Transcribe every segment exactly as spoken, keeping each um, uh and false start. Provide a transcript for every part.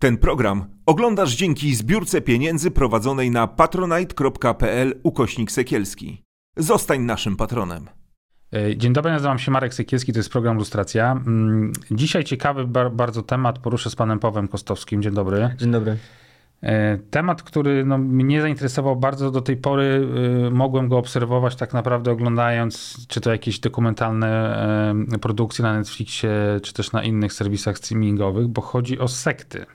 Ten program oglądasz dzięki zbiórce pieniędzy prowadzonej na patronite.pl ukośnik Sekielski. Zostań naszym patronem. Dzień dobry, nazywam się Marek Sekielski, to jest program Lustracja. Dzisiaj ciekawy bardzo temat poruszę z panem Pawłem Kostowskim. Dzień dobry. Dzień dobry. Temat, który no, mnie zainteresował bardzo do tej pory. Mogłem go obserwować tak naprawdę oglądając, czy to jakieś dokumentalne produkcje na Netflixie, czy też na innych serwisach streamingowych, bo chodzi o sekty.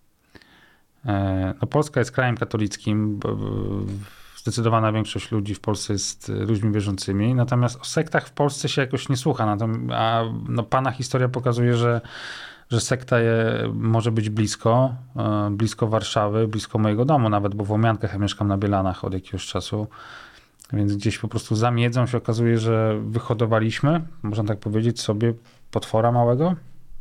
No, Polska jest krajem katolickim. Zdecydowana większość ludzi w Polsce jest ludźmi wierzącymi, natomiast o sektach w Polsce się jakoś nie słucha. A no, pana historia pokazuje, że, że sekta je, może być blisko, blisko Warszawy, blisko mojego domu nawet, bo w Łomiankach ja mieszkam na Bielanach od jakiegoś czasu, więc gdzieś po prostu za miedzą się okazuje, że wyhodowaliśmy, można tak powiedzieć, sobie potwora małego.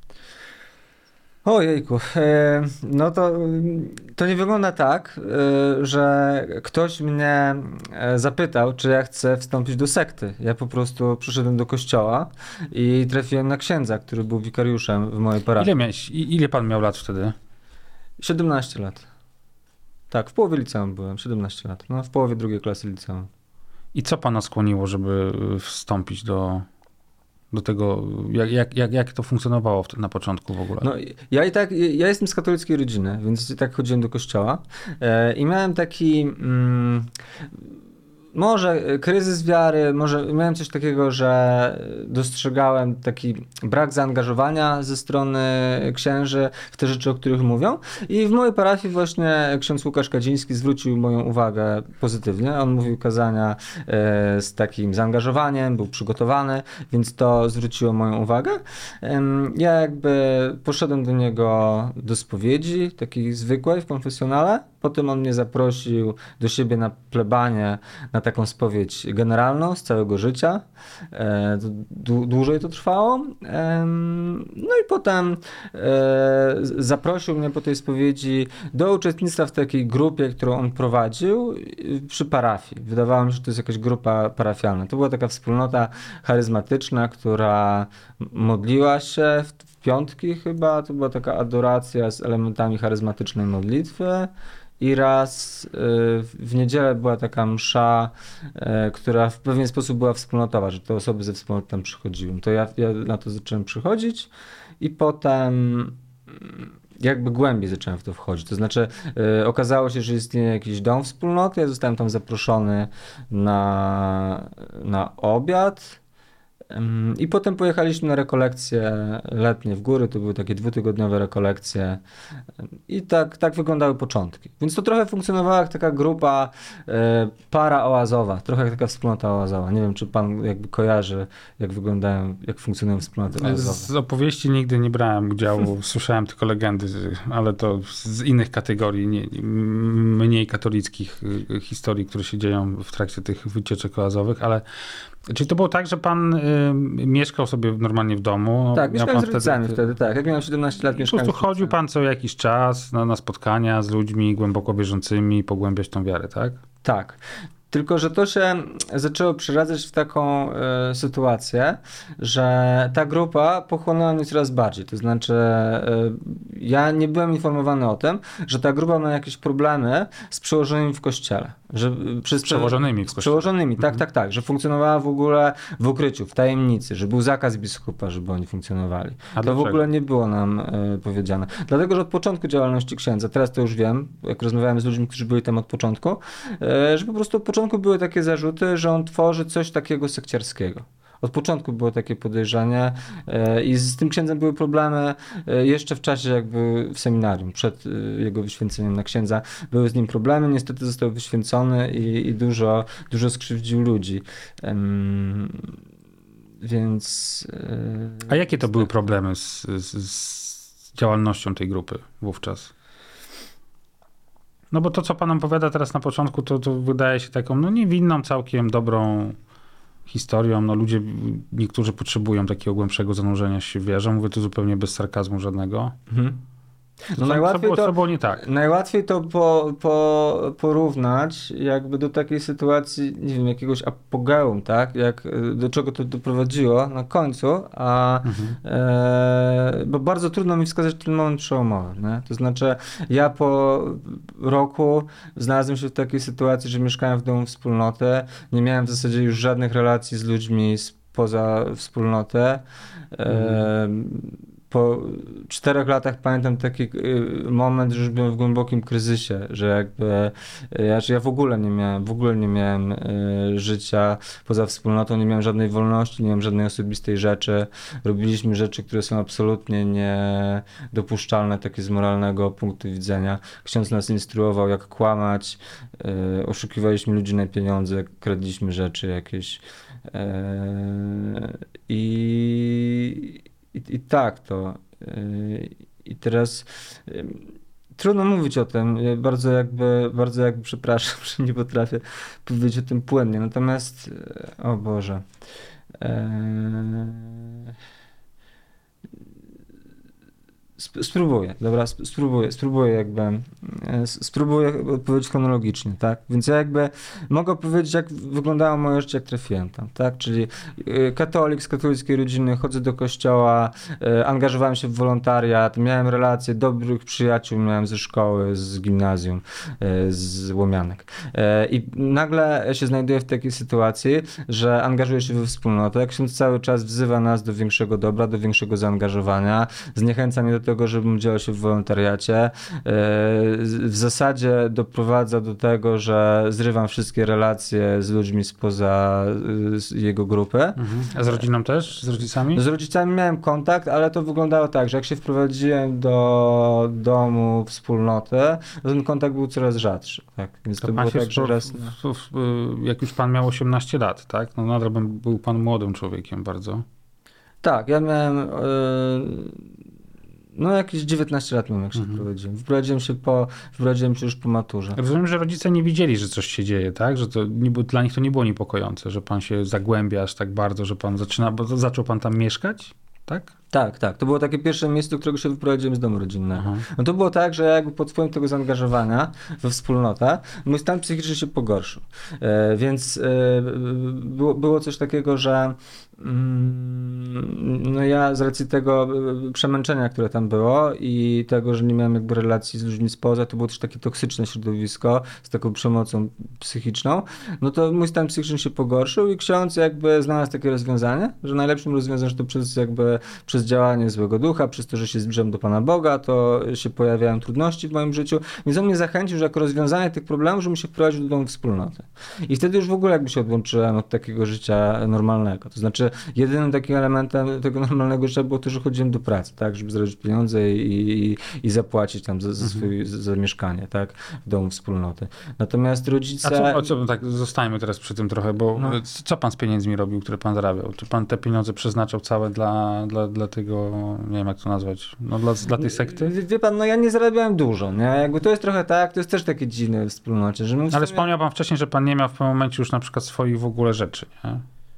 Ojejku, no to, to nie wygląda tak, że ktoś mnie zapytał, czy ja chcę wstąpić do sekty. Ja po prostu przyszedłem do kościoła i trafiłem na księdza, który był wikariuszem w mojej parafii. Ile, miałeś, ile pan miał lat wtedy? siedemnaście lat. Tak, w połowie liceum byłem, siedemnaście lat. No, w połowie drugiej klasy liceum. I co pana skłoniło, żeby wstąpić do... do tego, jak, jak, jak, jak to funkcjonowało na początku w ogóle? No, ja i tak, ja jestem z katolickiej rodziny, więc i tak chodziłem do kościoła e, i miałem taki mm, może kryzys wiary, może miałem coś takiego, że dostrzegałem taki brak zaangażowania ze strony księży w te rzeczy, o których mówią. I w mojej parafii właśnie ksiądz Łukasz Kadziński zwrócił moją uwagę pozytywnie. On mówił kazania e, z takim zaangażowaniem, był przygotowany, więc to zwróciło moją uwagę. E, ja jakby poszedłem do niego do spowiedzi, takiej zwykłej w konfesjonale. Potem on mnie zaprosił do siebie na plebanie, na taką spowiedź generalną z całego życia. E, dłużej to trwało. E, no i potem e, zaprosił mnie po tej spowiedzi do uczestnictwa w takiej grupie, którą on prowadził przy parafii. Wydawało mi się, że to jest jakaś grupa parafialna. To była taka wspólnota charyzmatyczna, która modliła się w, w piątki chyba. To była taka adoracja z elementami charyzmatycznej modlitwy. I raz w niedzielę była taka msza, która w pewien sposób była wspólnotowa, że te osoby ze wspólnoty tam przychodziły. To ja, ja na to zacząłem przychodzić i potem jakby głębiej zacząłem w to wchodzić. To znaczy okazało się, że istnieje jakiś dom wspólnoty, ja zostałem tam zaproszony na, na obiad. I potem pojechaliśmy na rekolekcje letnie w góry, to były takie dwutygodniowe rekolekcje i tak, tak wyglądały początki. Więc to trochę funkcjonowała jak taka grupa e, paraoazowa, trochę jak taka wspólnota oazowa. Nie wiem, czy pan jakby kojarzy, jak wyglądają, jak funkcjonują wspólnoty oazowe. Z opowieści nigdy nie brałem udziału, słyszałem tylko legendy, ale to z innych kategorii, nie, mniej katolickich historii, które się dzieją w trakcie tych wycieczek oazowych, ale czyli to było tak, że pan y, mieszkał sobie normalnie w domu? Tak, mieszkałem pan z rodzicami wtedy, wtedy, tak. Jak miałem siedemnaście lat, mieszkałem. Po prostu chodził pan co jakiś czas na, na spotkania z ludźmi głęboko wierzącymi, pogłębiać tą wiarę, tak? Tak. Tylko że to się zaczęło przeradzać w taką y, sytuację, że ta grupa pochłonęła mnie coraz bardziej. To znaczy y, ja nie byłem informowany o tym, że ta grupa ma jakieś problemy z przełożonymi w kościele. Że przez, z przełożonymi w kościele. Z przełożonymi, tak, mhm. tak, tak. Że funkcjonowała w ogóle w ukryciu, w tajemnicy, że był zakaz biskupa, żeby oni funkcjonowali. A to dlaczego? w ogóle nie było nam y, powiedziane. Dlatego, że od początku działalności księdza, teraz to już wiem, jak rozmawiałem z ludźmi, którzy byli tam od początku, y, że po prostu od początku były takie zarzuty, że on tworzy coś takiego sekciarskiego. Od początku było takie podejrzenie i z tym księdzem były problemy jeszcze w czasie jakby w seminarium, przed jego wyświęceniem na księdza. Były z nim problemy, niestety został wyświęcony i, i dużo, dużo skrzywdził ludzi. Um, więc... A jakie to były problemy z, z, z działalnością tej grupy wówczas? No bo to, co pan opowiada teraz na początku, to, to wydaje się taką no niewinną, całkiem dobrą historią. No ludzie, niektórzy potrzebują takiego głębszego zanurzenia się w wierze. Mówię tu zupełnie bez sarkazmu żadnego. Mhm. No co, najłatwiej co, było, to, co było nie tak? Najłatwiej to po, po, porównać jakby do takiej sytuacji, nie wiem, jakiegoś apogeum, tak? Jak, do czego to doprowadziło na końcu, a Mhm. e, bo bardzo trudno mi wskazać ten moment przełomowy, nie? To znaczy ja po roku znalazłem się w takiej sytuacji, że mieszkałem w domu wspólnoty, nie miałem w zasadzie już żadnych relacji z ludźmi spoza wspólnoty. E, Po czterech latach pamiętam taki moment, że już byłem w głębokim kryzysie, że jakby ja, ja w ogóle nie miałem, w ogóle nie miałem życia poza wspólnotą, nie miałem żadnej wolności, nie miałem żadnej osobistej rzeczy. Robiliśmy rzeczy, które są absolutnie niedopuszczalne, takie z moralnego punktu widzenia. Ksiądz nas instruował, jak kłamać, oszukiwaliśmy ludzi na pieniądze, kradliśmy rzeczy jakieś i I, I tak to. I teraz trudno mówić o tym. Bardzo jakby, bardzo jakby przepraszam, że nie potrafię powiedzieć o tym płynnie. Natomiast, o Boże. Spróbuję, dobra, spróbuję, spróbuję jakby, spróbuję odpowiedzieć chronologicznie, tak? Więc ja jakby mogę powiedzieć, jak wyglądało moje życie, jak trafiłem tam, tak? Czyli katolik z katolickiej rodziny, chodzę do kościoła, angażowałem się w wolontariat, miałem relacje, dobrych przyjaciół miałem ze szkoły, z gimnazjum, z Łomianek. I nagle się znajduję w takiej sytuacji, że angażuję się we wspólnotę, ksiądz cały czas wzywa nas do większego dobra, do większego zaangażowania, zniechęca mnie do tego, żebym działał się w wolontariacie. W zasadzie doprowadza do tego, że zrywam wszystkie relacje z ludźmi spoza jego grupy. Mhm. A z rodziną też? Z rodzicami? Z rodzicami miałem kontakt, ale to wyglądało tak, że jak się wprowadziłem do domu wspólnoty, to ten kontakt był coraz rzadszy. Tak? Więc To, to pan było się tak, że w, raz... w, w, jak już pan miał osiemnaście lat, tak? No nadal był pan młodym człowiekiem bardzo. Tak, ja miałem... Yy... No jakieś dziewiętnaście lat miałem, jak się Mhm. wprowadziłem. Wprowadziłem się, po, wprowadziłem się już po maturze. Rozumiem, że rodzice nie wiedzieli, że coś się dzieje, tak? Że to nie, było- dla nich to nie było niepokojące, że pan się zagłębia aż tak bardzo, że pan zaczyna, bo to zaczął pan tam mieszkać, tak? Tak, tak. To było takie pierwsze miejsce, do którego się wyprowadziłem z domu rodzinnego. Aha. No to było tak, że jakby pod wpływem tego zaangażowania we wspólnotę, mój stan psychiczny się pogorszył. E, więc e, było, było coś takiego, że mm, no ja z racji tego e, przemęczenia, które tam było i tego, że nie miałem jakby relacji z ludźmi spoza, to było też takie toksyczne środowisko z taką przemocą psychiczną, no to mój stan psychiczny się pogorszył i ksiądz jakby znalazł takie rozwiązanie, że najlepszym rozwiązaniem, że to przez jakby przez działanie złego ducha, przez to, że się zbliżam do Pana Boga, to się pojawiają trudności w moim życiu, więc on mnie zachęcił, że jako rozwiązanie tych problemów, żebym się wprowadził do domu wspólnoty. I wtedy już w ogóle jakby się odłączyłem od takiego życia normalnego. To znaczy jedynym takim elementem tego normalnego życia było to, że chodziłem do pracy, tak, żeby zarobić pieniądze i, i, i zapłacić tam za, za, swój, za, za mieszkanie, tak, w domu wspólnoty. Natomiast rodzice... A co, a co tak, zostańmy teraz przy tym trochę, bo No. co pan z pieniędzmi robił, które pan zarabiał? Czy pan te pieniądze przeznaczał całe dla, dla, dla tego, nie wiem jak to nazwać, no dla, dla tej sekty? Wie, wie pan, no ja nie zarabiałem dużo, nie? Jakby to jest trochę tak, to jest też takie dziwne w wspólnocie, że my w Ale sumie- wspomniał pan wcześniej, że pan nie miał w pewnym momencie już na przykład swoich w ogóle rzeczy, nie?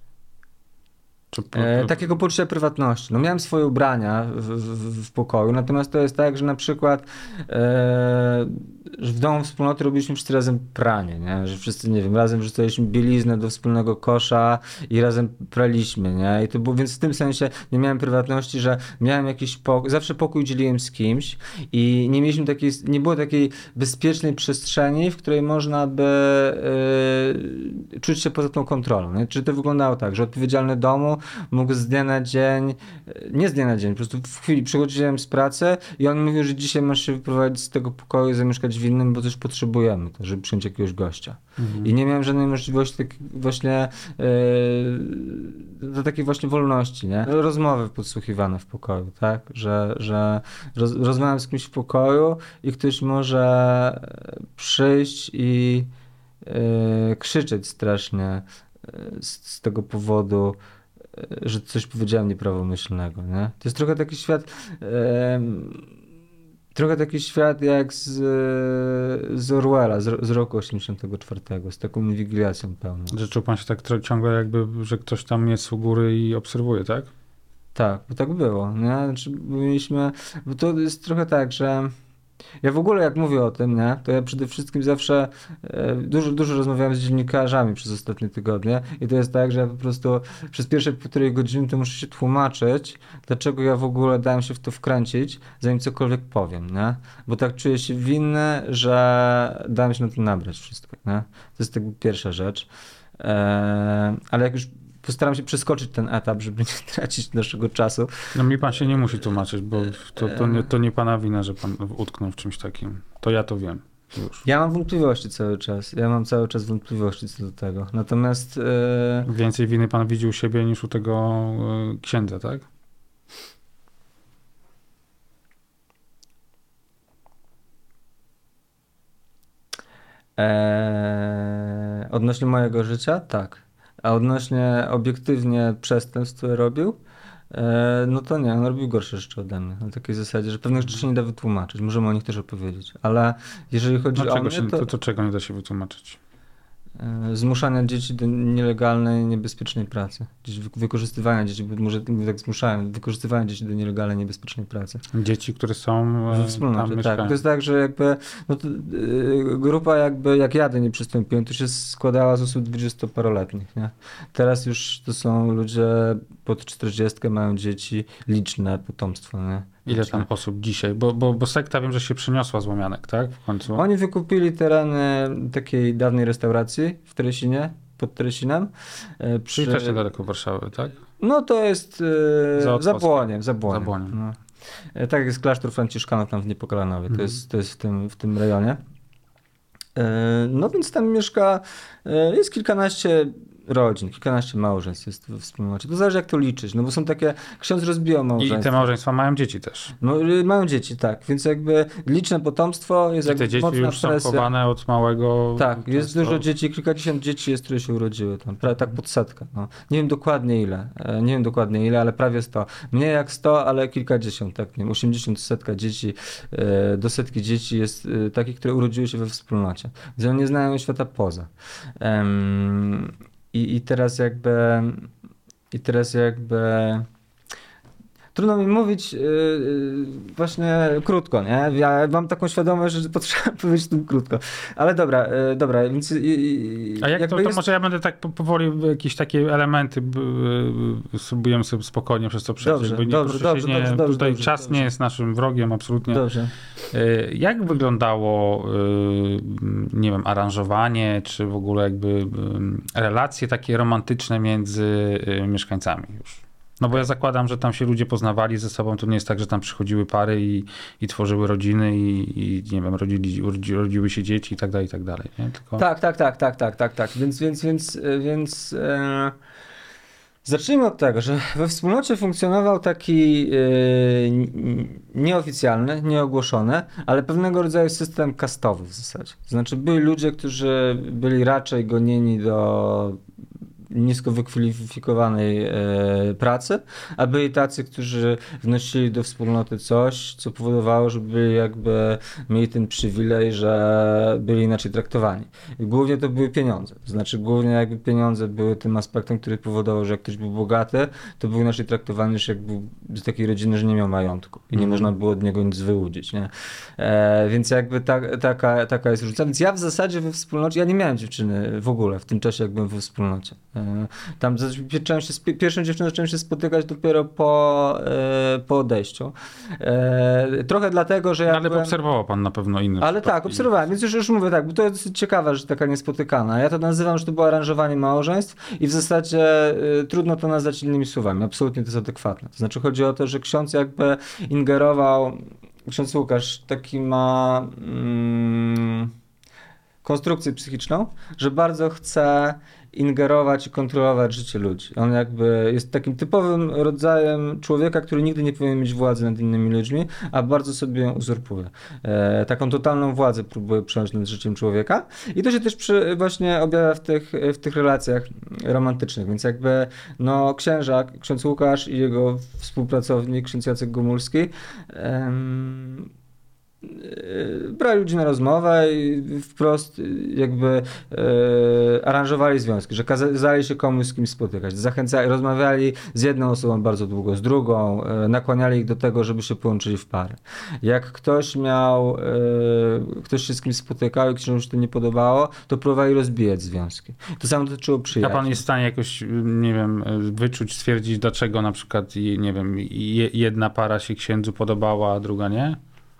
Czy, E, takiego poczucia prywatności. No miałem swoje ubrania w, w, w pokoju, natomiast to jest tak, że na przykład e, że w domu wspólnoty robiliśmy wszyscy razem pranie, nie? Że wszyscy, nie wiem, razem wrzucaliśmy bieliznę do wspólnego kosza i razem praliśmy, nie? I to było, więc w tym sensie nie miałem prywatności, że miałem jakiś pokój, zawsze pokój dzieliłem z kimś i nie mieliśmy takiej, nie było takiej bezpiecznej przestrzeni, w której można by e, czuć się poza tą kontrolą, nie? Czy to wyglądało tak, że odpowiedzialny domu mógł z dnia na dzień, nie z dnia na dzień, po prostu w chwili przychodziłem z pracy i on mówił, że dzisiaj masz się wyprowadzić z tego pokoju i zamieszkać w innym, bo coś potrzebujemy, to, żeby przyjąć jakiegoś gościa. Mhm. I nie miałem żadnej możliwości tak właśnie yy, do takiej właśnie wolności, nie? Rozmowy podsłuchiwane w pokoju, tak? Że, że roz, rozmawiam z kimś w pokoju i ktoś może przyjść i yy, krzyczeć strasznie yy, z, z tego powodu, że coś powiedziałem nieprawomyślnego, nie? To jest trochę taki świat, e, trochę taki świat jak z, z Orwella, z, z roku osiemdziesiątego czwartego, z taką inwigilacją pełną. Że czuł pan się tak tro- ciągle jakby, że ktoś tam jest u góry i obserwuje, tak? Tak, bo tak było, nie? Znaczy, mieliśmy, bo to jest trochę tak, że ja w ogóle jak mówię o tym, nie, to ja przede wszystkim zawsze e, dużo, dużo rozmawiałem z dziennikarzami przez ostatnie tygodnie i to jest tak, że ja po prostu przez pierwsze półtorej godziny to muszę się tłumaczyć, dlaczego ja w ogóle dałem się w to wkręcić, zanim cokolwiek powiem, nie? Bo tak czuję się winny, że dałem się na to nabrać wszystko, nie? To jest jakby pierwsza rzecz. E, ale jak już postaram się przeskoczyć ten etap, żeby nie tracić naszego czasu. No mi pan się nie musi tłumaczyć, bo to, to, nie, to nie pana wina, że pan utknął w czymś takim. To ja to wiem już. Ja mam wątpliwości cały czas. Ja mam cały czas wątpliwości co do tego. Natomiast... Yy... Więcej winy pan widzi u siebie niż u tego yy, księdza, tak? Eee, odnośnie mojego życia? Tak. A odnośnie obiektywnie przestępstw, które robił, e, no to nie, on robił gorsze rzeczy ode mnie. Na takiej zasadzie, że pewnych rzeczy nie da wytłumaczyć. Możemy o nich też opowiedzieć. Ale jeżeli chodzi No, o czego mnie, się, to, to, to czego nie da się wytłumaczyć? e, zmuszania dzieci do nielegalnej, niebezpiecznej pracy. Gdzieś wy, wykorzystywania dzieci, bo może tak zmuszałem, wykorzystywania dzieci do nielegalnej, niebezpiecznej pracy. Dzieci, które są We e, tam wspólnocie, mieszkają. tak. To jest tak, że jakby no to, yy, grupa jakby, jak ja do niej przystąpiłem, to się składała z osób dwudziestoparoletnich, nie? Teraz już to są ludzie pod czterdziestkę, mają dzieci, liczne potomstwo, nie? Ile tam osób dzisiaj? Bo, bo, bo sekta wiem, że się przeniosła z Łomianek, tak? W końcu. Oni wykupili tereny takiej dawnej restauracji w Teresinie, pod Teresinem. e, Przy... Czyli też niedaleko Warszawy, tak? No to jest e, Za za Otwockiem. Błoniem, za Błoniem. Za Błoniem. No. E, Tak jest klasztor Franciszkanów tam w Niepokalanowie, Mhm. to jest, to jest w, tym, w tym rejonie. E, No więc tam mieszka, e, jest kilkanaście rodzin, kilkanaście małżeństw jest w wspólnocie. To zależy jak to liczyć, no bo są takie, ksiądz rozbijał I małżeństwa. te małżeństwa mają dzieci też. No, y, mają dzieci, tak, więc jakby liczne potomstwo jest I jakby te dzieci mocna już są presja. chowane od małego. Tak, jest często. dużo dzieci, kilkadziesiąt dzieci jest, które się urodziły tam, prawie tak pod setkę. No. Nie wiem dokładnie ile, e, nie wiem dokładnie ile, ale prawie sto. Mniej jak sto, ale kilkadziesiąt, tak, nie wiem, osiemdziesiąt, setka dzieci, e, do setki dzieci jest e, takich, które urodziły się we wspólnocie. Więc one nie znają świata poza. Em, i, I teraz jakby, i teraz jakby... Trudno mi mówić yy, yy, właśnie krótko, nie? Ja mam taką świadomość, że potrzeba powiedzieć tym krótko. Ale dobra, yy, dobra, więc... Yy, A jak to, to jest... może ja będę tak po- powoli jakieś takie elementy b- b- spróbujemy sobie spokojnie przez to przejść. Dobrze, Jakby nie, dobrze, proszę się dobrze, nie, dobrze, dobrze, tutaj dobrze, czas dobrze. nie jest naszym wrogiem, absolutnie. Dobrze. Y, Jak wyglądało, y, nie wiem, aranżowanie, czy w ogóle jakby y, relacje takie romantyczne między y, mieszkańcami już? No bo ja zakładam, że tam się ludzie poznawali ze sobą, to nie jest tak, że tam przychodziły pary i, i tworzyły rodziny i, i nie wiem, rodzili, rodzi, rodziły się dzieci i tak dalej, i tak dalej. Nie? Tylko... Tak, tak, tak, tak, tak, tak, tak. Więc, więc, więc, e, więc e, zacznijmy od tego, że we wspólnocie funkcjonował taki e, n- nieoficjalny, nieogłoszony, ale pewnego rodzaju system kastowy w zasadzie. To znaczy byli ludzie, którzy byli raczej gonieni do nisko wykwalifikowanej e, pracy, a byli tacy, którzy wnosili do wspólnoty coś, co powodowało, że byli jakby mieli ten przywilej, że byli inaczej traktowani. I głównie to były pieniądze. To znaczy głównie jakby pieniądze były tym aspektem, który powodował, że jak ktoś był bogaty, to był inaczej traktowany niż jak był z takiej rodziny, że nie miał majątku i nie Mhm. można było od niego nic wyłudzić, nie? E, więc jakby ta, taka, taka jest różnica. Więc ja w zasadzie we wspólnocie, ja nie miałem dziewczyny w ogóle w tym czasie, jak byłem we wspólnocie. E, Tam zacząłem się, z pi- pierwszą dziewczyną zacząłem się spotykać dopiero po, e, po odejściu. E, trochę dlatego, że ja No, ale byłem... obserwował pan na pewno inne Ale tak, przypadki. obserwowałem, więc już, już mówię tak, bo to jest ciekawa rzecz, taka niespotykana. Ja to nazywam, że to było aranżowanie małżeństw i w zasadzie y, trudno to nazwać innymi słowami. Absolutnie to jest adekwatne. To znaczy chodzi o to, że ksiądz jakby ingerował, ksiądz Łukasz taki ma mm, konstrukcję psychiczną, że bardzo chce ingerować i kontrolować życie ludzi. On jakby jest takim typowym rodzajem człowieka, który nigdy nie powinien mieć władzy nad innymi ludźmi, a bardzo sobie ją uzurpuje. E, taką totalną władzę próbuje przejąć nad życiem człowieka i to się też przy, właśnie objawia w tych, w tych relacjach romantycznych, więc jakby no księża, ksiądz Łukasz i jego współpracownik, ksiądz Jacek Gomulski, em, brali ludzi na rozmowę i wprost jakby e, aranżowali związki, że kazali się komuś z kimś spotykać, zachęcali, rozmawiali z jedną osobą bardzo długo, z drugą, e, nakłaniali ich do tego, żeby się połączyli w pary. Jak ktoś miał, e, ktoś się z kimś spotykał i ktoś się to nie podobało, to próbowali rozbijać związki. To samo dotyczyło A przyjaciół. pan jest w stanie jakoś, nie wiem, wyczuć, stwierdzić, dlaczego na przykład, nie wiem, jedna para się księdzu podobała, a druga nie?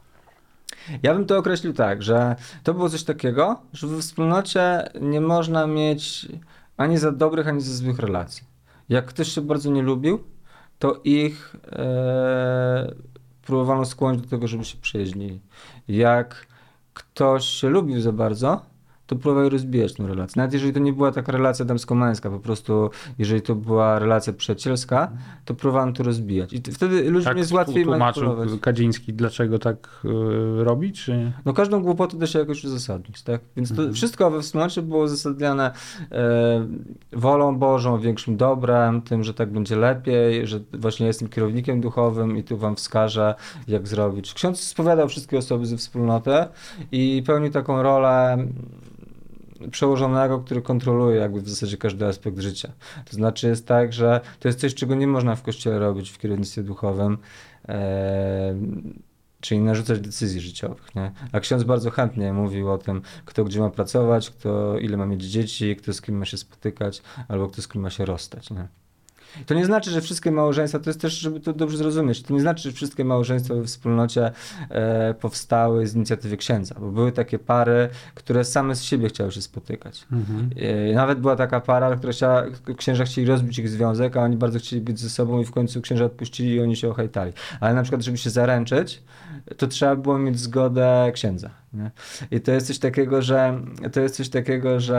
Ja bym to określił tak, że to było coś takiego, że we wspólnocie nie można mieć ani za dobrych, ani za złych relacji. Jak ktoś się bardzo nie lubił, to ich e, próbowano skłonić do tego, żeby się przyjaźnili. Jak ktoś się lubił za bardzo, to próbowali rozbijać tę relację. Nawet jeżeli to nie była taka relacja damsko-męska, po prostu jeżeli to była relacja przyjacielska, to próbowano to rozbijać. I wtedy ludźmi Tak jest łatwiej tłumaczył manipulować. Kadziński, dlaczego tak y, robi, czy... No każdą głupotę da się jakoś uzasadnić, tak? Więc to Mhm. wszystko we wspólnocie było uzasadniane e, wolą Bożą, większym dobrem, tym, że tak będzie lepiej, że właśnie jestem kierownikiem duchowym i tu wam wskażę, jak zrobić. Ksiądz spowiadał wszystkie osoby ze wspólnoty i pełni taką rolę przełożonego, który kontroluje jakby w zasadzie każdy aspekt życia. To znaczy jest tak, że to jest coś, czego nie można w kościele robić w kierownictwie duchowym, e, czyli narzucać decyzji życiowych. Nie? A ksiądz bardzo chętnie mówił o tym, kto gdzie ma pracować, kto ile ma mieć dzieci, kto z kim ma się spotykać, albo kto z kim ma się rozstać. Nie? To nie znaczy, że wszystkie małżeństwa, to jest też, żeby to dobrze zrozumieć, to nie znaczy, że wszystkie małżeństwa we wspólnocie e, powstały z inicjatywy księdza, bo były takie pary, które same z siebie chciały się spotykać. Mhm. E, nawet była taka para, która chciała, księża chcieli rozbić ich związek, a oni bardzo chcieli być ze sobą i w końcu księża odpuścili i oni się ochajtali. Ale na przykład, żeby się zaręczyć, to trzeba było mieć zgodę księdza. Nie? I to jest coś takiego, że to jest coś takiego, że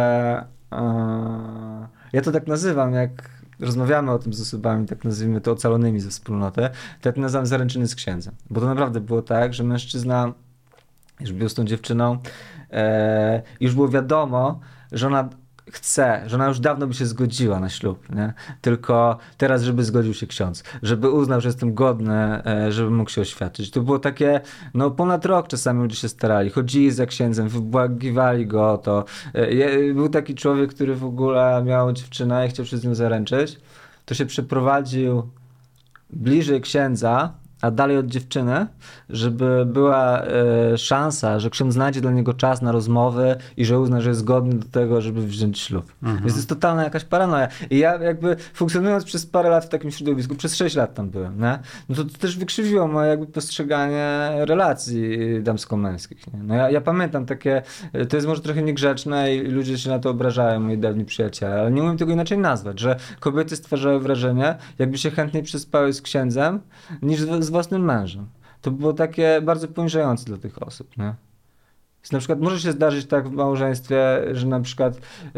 e, ja to tak nazywam, jak rozmawiamy o tym z osobami, tak nazwijmy to ocalonymi ze wspólnoty, to ja to nazywam zaręczyny z księdzem. Bo to naprawdę było tak, że mężczyzna już był z tą dziewczyną, e, już było wiadomo, że ona chce, że ona już dawno by się zgodziła na ślub, nie? Tylko teraz, żeby zgodził się ksiądz, żeby uznał, że jestem godny, e, żeby mógł się oświadczyć. To było takie, no ponad rok czasami ludzie się starali, chodzili za księdzem, wybłagiwali go o to. E, był taki człowiek, który w ogóle miał dziewczynę i chciał się z nią zaręczyć, to się przeprowadził bliżej księdza, a dalej od dziewczyny, żeby była e, szansa, że ksiądz znajdzie dla niego czas na rozmowy i że uzna, że jest godny do tego, żeby wziąć ślub. Mhm. Więc to jest totalna jakaś paranoja. I ja jakby funkcjonując przez parę lat w takim środowisku, przez sześć lat tam byłem, nie? No to, to też wykrzywiło moje jakby postrzeganie relacji damsko-męskich. Nie? No ja, ja pamiętam takie, to jest może trochę niegrzeczne i ludzie się na to obrażają, moi dawni przyjaciele, ale nie umiem tego inaczej nazwać, że kobiety stwarzały wrażenie, jakby się chętniej przespały z księdzem, niż z, z własnym mężem. To było takie bardzo poniżające dla tych osób, nie? Więc na przykład może się zdarzyć tak w małżeństwie, że na przykład yy,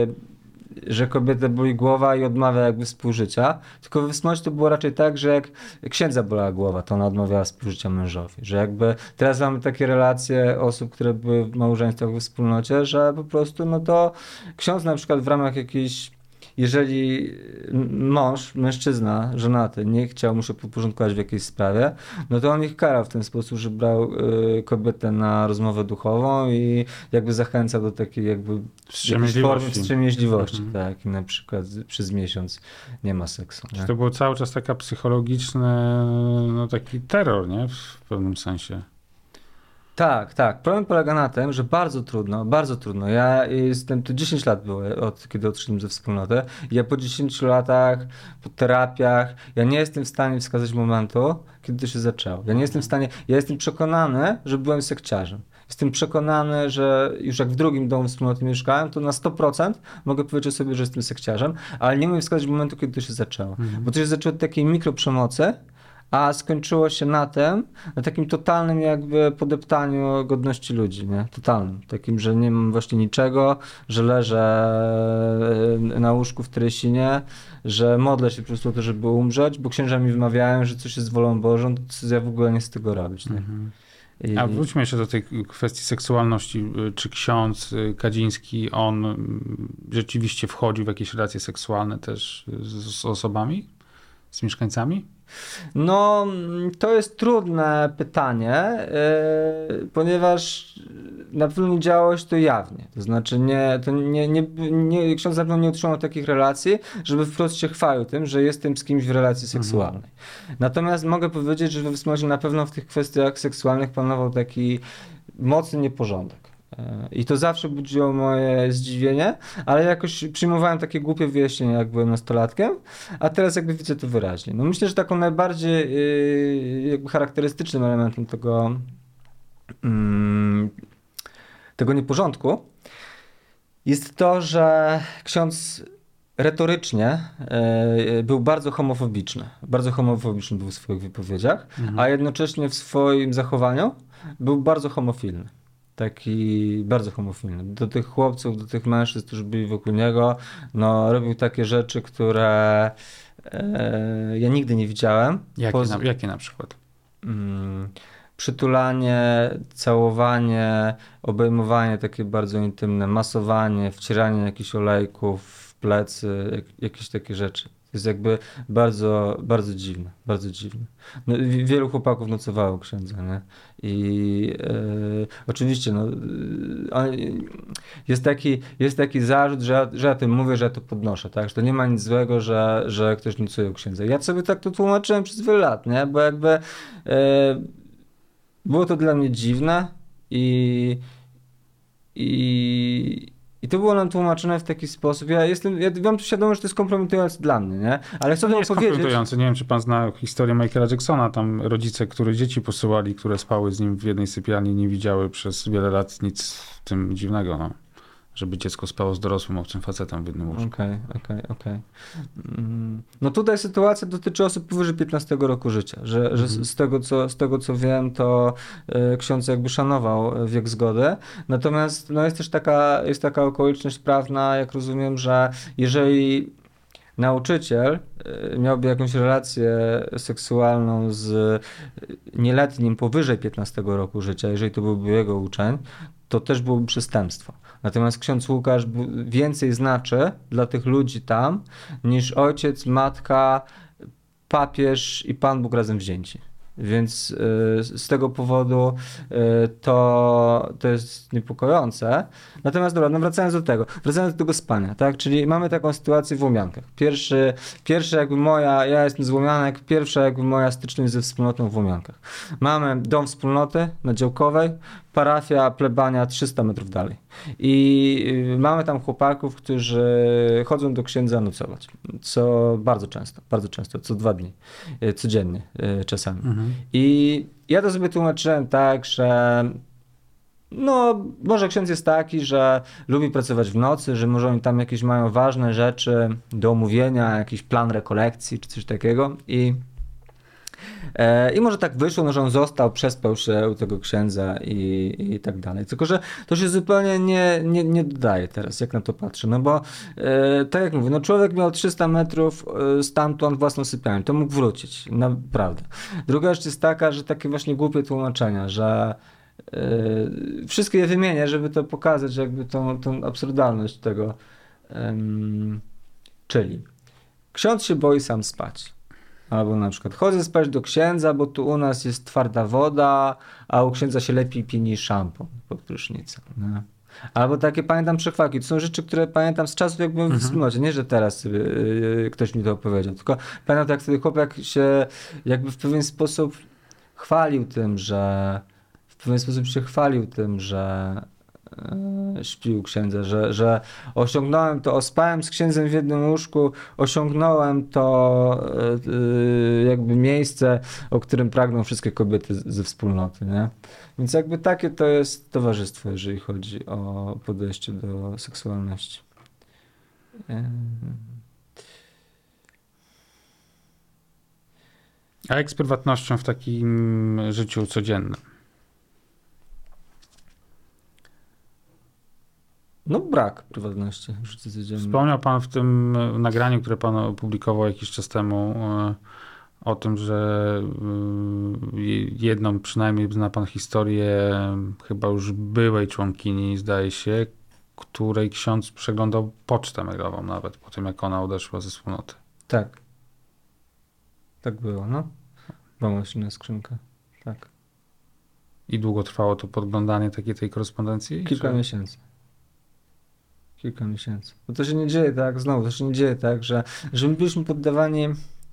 że kobietę boli głowa i odmawia jakby współżycia, tylko we wspólnocie to było raczej tak, że jak księdza bolała głowa, to ona odmawiała współżycia mężowi, że jakby teraz mamy takie relacje osób, które były w małżeństwach we wspólnocie, że po prostu no to ksiądz na przykład w ramach jakiejś, jeżeli mąż, mężczyzna, żonaty nie chciał mu się podporządkować w jakiejś sprawie, no to on ich karał w ten sposób, że brał y, kobietę na rozmowę duchową i jakby zachęcał do takiej jakby Wstrzemięźliwości. formy wstrzemięźliwości, Mhm. tak, i na przykład przez miesiąc nie ma seksu. Nie? To był cały czas taka psychologiczny, no taki terror, nie? W pewnym sensie. Tak, tak. Problem polega na tym, że bardzo trudno, bardzo trudno. Ja jestem, tu dziesięć lat było, od kiedy odszedłem ze wspólnoty. Ja po dziesięciu latach, po terapiach, ja nie jestem w stanie wskazać momentu, kiedy to się zaczęło. Ja nie jestem w stanie, ja jestem przekonany, że byłem sekciarzem. Jestem przekonany, że już jak w drugim domu wspólnoty mieszkałem, to na sto procent mogę powiedzieć sobie, że jestem sekciarzem, ale nie mogę wskazać momentu, kiedy to się zaczęło. Mhm. Bo to się zaczęło od takiej mikroprzemocy, a skończyło się na tym, na takim totalnym jakby podeptaniu godności ludzi, nie? Totalnym. Takim, że nie mam właśnie niczego, że leżę na łóżku w Terezinie, że modlę się po prostu o to, żeby umrzeć, bo księża mi wymawiają, że coś jest wolą Bożą, to ja w ogóle nie chcę tego robić. Nie? Mhm. I... A wróćmy jeszcze do tej kwestii seksualności. Czy ksiądz Kadziński, on rzeczywiście wchodził w jakieś relacje seksualne też z, z osobami? z mieszkańcami? No, to jest trudne pytanie, yy, ponieważ na pewno nie działo się to jawnie. To znaczy, nie, to nie, nie, nie, ksiądz na pewno nie utrzymał takich relacji, żeby wprost się chwalił tym, że jestem z kimś w relacji seksualnej. Mhm. Natomiast mogę powiedzieć, że we wspólnocie na pewno w tych kwestiach seksualnych panował taki mocny nieporządek. I to zawsze budziło moje zdziwienie, ale jakoś przyjmowałem takie głupie wyjaśnienia, jak byłem nastolatkiem, a teraz jakby widzę to wyraźnie. No myślę, że taką najbardziej yy, jakby charakterystycznym elementem tego, yy, tego nieporządku jest to, że ksiądz retorycznie yy, był bardzo homofobiczny. Bardzo homofobiczny był w swoich wypowiedziach, mhm. a jednocześnie w swoim zachowaniu był bardzo homofilny. Taki bardzo homofilny. Do tych chłopców, do tych mężczyzn, którzy byli wokół niego, no robił takie rzeczy, które e, ja nigdy nie widziałem. Jakie, Poz... na, jakie na przykład? Mm, przytulanie, całowanie, obejmowanie takie bardzo intymne, masowanie, wcieranie jakichś olejków w plecy, jak, jakieś takie rzeczy. To jest jakby bardzo, bardzo dziwne, bardzo dziwne. No, wielu chłopaków nocowało księdza, nie? I e, oczywiście no, e, jest, taki, jest taki zarzut, że ja, że ja tym mówię, że ja to podnoszę, tak? Że to nie ma nic złego, że, że ktoś nocuje u księdza. Ja sobie tak to tłumaczyłem przez wiele lat, nie? Bo jakby e, było to dla mnie dziwne i i I to było nam tłumaczone w taki sposób. Ja jestem, ja mam tu świadomość, że to jest kompromitujące dla mnie, nie? Ale chcę to jest powiedzieć... kompromitujące. Nie wiem, czy pan zna historię Michaela Jacksona. Tam rodzice, które dzieci posyłali, które spały z nim w jednej sypialni, nie widziały przez wiele lat nic w tym dziwnego, no. Żeby dziecko spało z dorosłym obcym facetem w jednym łóżku. Okej, okej, okej. No tutaj sytuacja dotyczy osób powyżej piętnastego roku życia, że, mhm. że z, tego, co, z tego co wiem, to y, ksiądz jakby szanował wiek zgody, natomiast no jest też taka, jest taka okoliczność prawna, jak rozumiem, że jeżeli nauczyciel miałby jakąś relację seksualną z nieletnim powyżej piętnastego roku życia, jeżeli to byłby jego uczeń, to też byłoby przestępstwo. Natomiast ksiądz Łukasz więcej znaczy dla tych ludzi tam, niż ojciec, matka, papież i Pan Bóg razem wzięci. Więc y, z tego powodu y, to, to jest niepokojące. Natomiast dobra, no wracając do tego, wracając do tego spania, tak? Czyli mamy taką sytuację w Łomiankach. Pierwszy, pierwszy jakby moja, ja jestem z Łomianek, pierwsza jakby moja styczność ze wspólnotą w Łomiankach. Mamy dom wspólnoty na Działkowej, parafia, plebania trzysta metrów dalej. I y, mamy tam chłopaków, którzy chodzą do księdza nocować. Co bardzo często, bardzo często, co dwa dni, y, codziennie y, czasami. Mhm. I ja to sobie tłumaczyłem tak, że no, może ksiądz jest taki, że lubi pracować w nocy, że może oni tam jakieś mają ważne rzeczy do omówienia, jakiś plan rekolekcji czy coś takiego i I może tak wyszło, no, że on został, przespał się u tego księdza i, i tak dalej. Tylko że to się zupełnie nie, nie, nie dodaje teraz, jak na to patrzę. No bo e, tak jak mówię, no człowiek miał trzysta metrów e, stamtąd własną sypialnię, to mógł wrócić, naprawdę. Druga rzecz jest taka, że takie właśnie głupie tłumaczenia, że e, wszystkie je wymienię, żeby to pokazać jakby tą, tą absurdalność tego. Um, czyli ksiądz się boi sam spać. Albo na przykład chodzę spać do księdza, bo tu u nas jest twarda woda, a u księdza się lepiej pieni szampon pod prysznicem. No. Albo takie, pamiętam, przechwałki. To są rzeczy, które pamiętam z czasów, jak byłem w wspólnocie. Nie, że teraz sobie, yy, ktoś mi to opowiedział, tylko pamiętam, jak wtedy chłopak się jakby w pewien sposób chwalił tym, że w pewien sposób się chwalił tym, że śpił księdza, że, że osiągnąłem to, ospałem z księdzem w jednym łóżku, osiągnąłem to yy, jakby miejsce, o którym pragną wszystkie kobiety z, ze wspólnoty, nie? Więc jakby takie to jest towarzystwo, jeżeli chodzi o podejście do seksualności. Yy. A jak z prywatnością w takim życiu codziennym? No brak prywatności w życiu codziennym. Wspomniał pan w tym nagraniu, które pan opublikował jakiś czas temu, o tym, że jedną przynajmniej zna pan historię chyba już byłej członkini, zdaje się, której ksiądz przeglądał pocztę mailową nawet po tym, jak ona odeszła ze wspólnoty. Tak. Tak było, no. Była silna skrzynka, tak. I długo trwało to podglądanie takiej tej korespondencji? Kilka czy... miesięcy. Kilka miesięcy. Bo to się nie dzieje tak, znowu, to się nie dzieje tak, że, że my byliśmy poddawani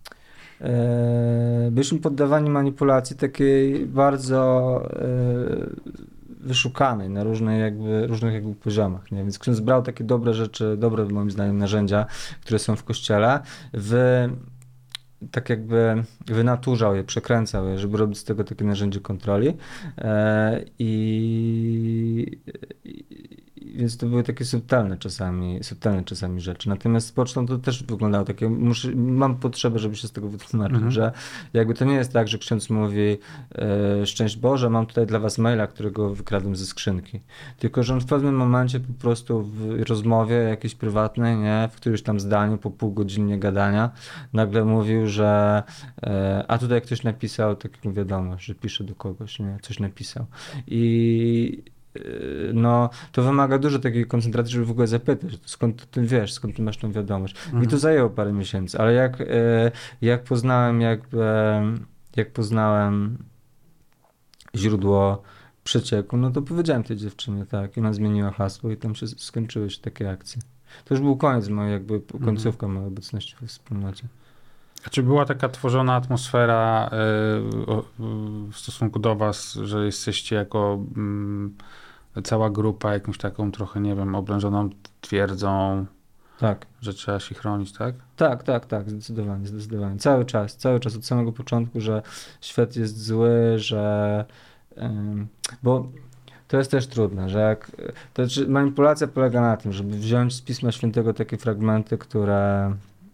e, byliśmy poddawani manipulacji takiej bardzo e, wyszukanej na różnej jakby, różnych jakby poziomach. Nie? Więc ksiądz brał takie dobre rzeczy, dobre moim zdaniem narzędzia, które są w kościele, w tak jakby wynaturzał je, przekręcał je, żeby robić z tego takie narzędzie kontroli. E, i, i Więc to były takie subtelne czasami, subtelne czasami rzeczy. Natomiast z pocztą to też wyglądało takie, muszę, mam potrzebę, żeby się z tego wytłumaczyć, mhm. że jakby to nie jest tak, że ksiądz mówi e, szczęść Boże, mam tutaj dla was maila, którego wykradłem ze skrzynki. Tylko, że on w pewnym momencie po prostu w rozmowie jakiejś prywatnej, nie, w którymś tam zdaniu po półgodzinie gadania, nagle mówił, że e, a tutaj ktoś napisał taką wiadomość, że pisze do kogoś, nie, coś napisał. I no, to wymaga dużo takiej koncentracji, żeby w ogóle zapytać, skąd ty wiesz, skąd ty masz tą wiadomość. Mhm. Mi to zajęło parę miesięcy, ale jak, jak poznałem jakby, jak poznałem źródło przecieku, no to powiedziałem tej dziewczynie, tak, i ona zmieniła hasło i tam się skończyły się takie akcje. To już był koniec mojej, jakby końcówka mojej obecności w wspólnocie. A czy była taka tworzona atmosfera w stosunku do was, że jesteście jako cała grupa jakąś taką trochę, nie wiem, oblężoną twierdzą, tak, że trzeba się chronić, tak? Tak, tak, tak, zdecydowanie, zdecydowanie. Cały czas, cały czas, od samego początku, że świat jest zły, że... Ym, bo to jest też trudne, że jak... To znaczy manipulacja polega na tym, żeby wziąć z Pisma Świętego takie fragmenty, które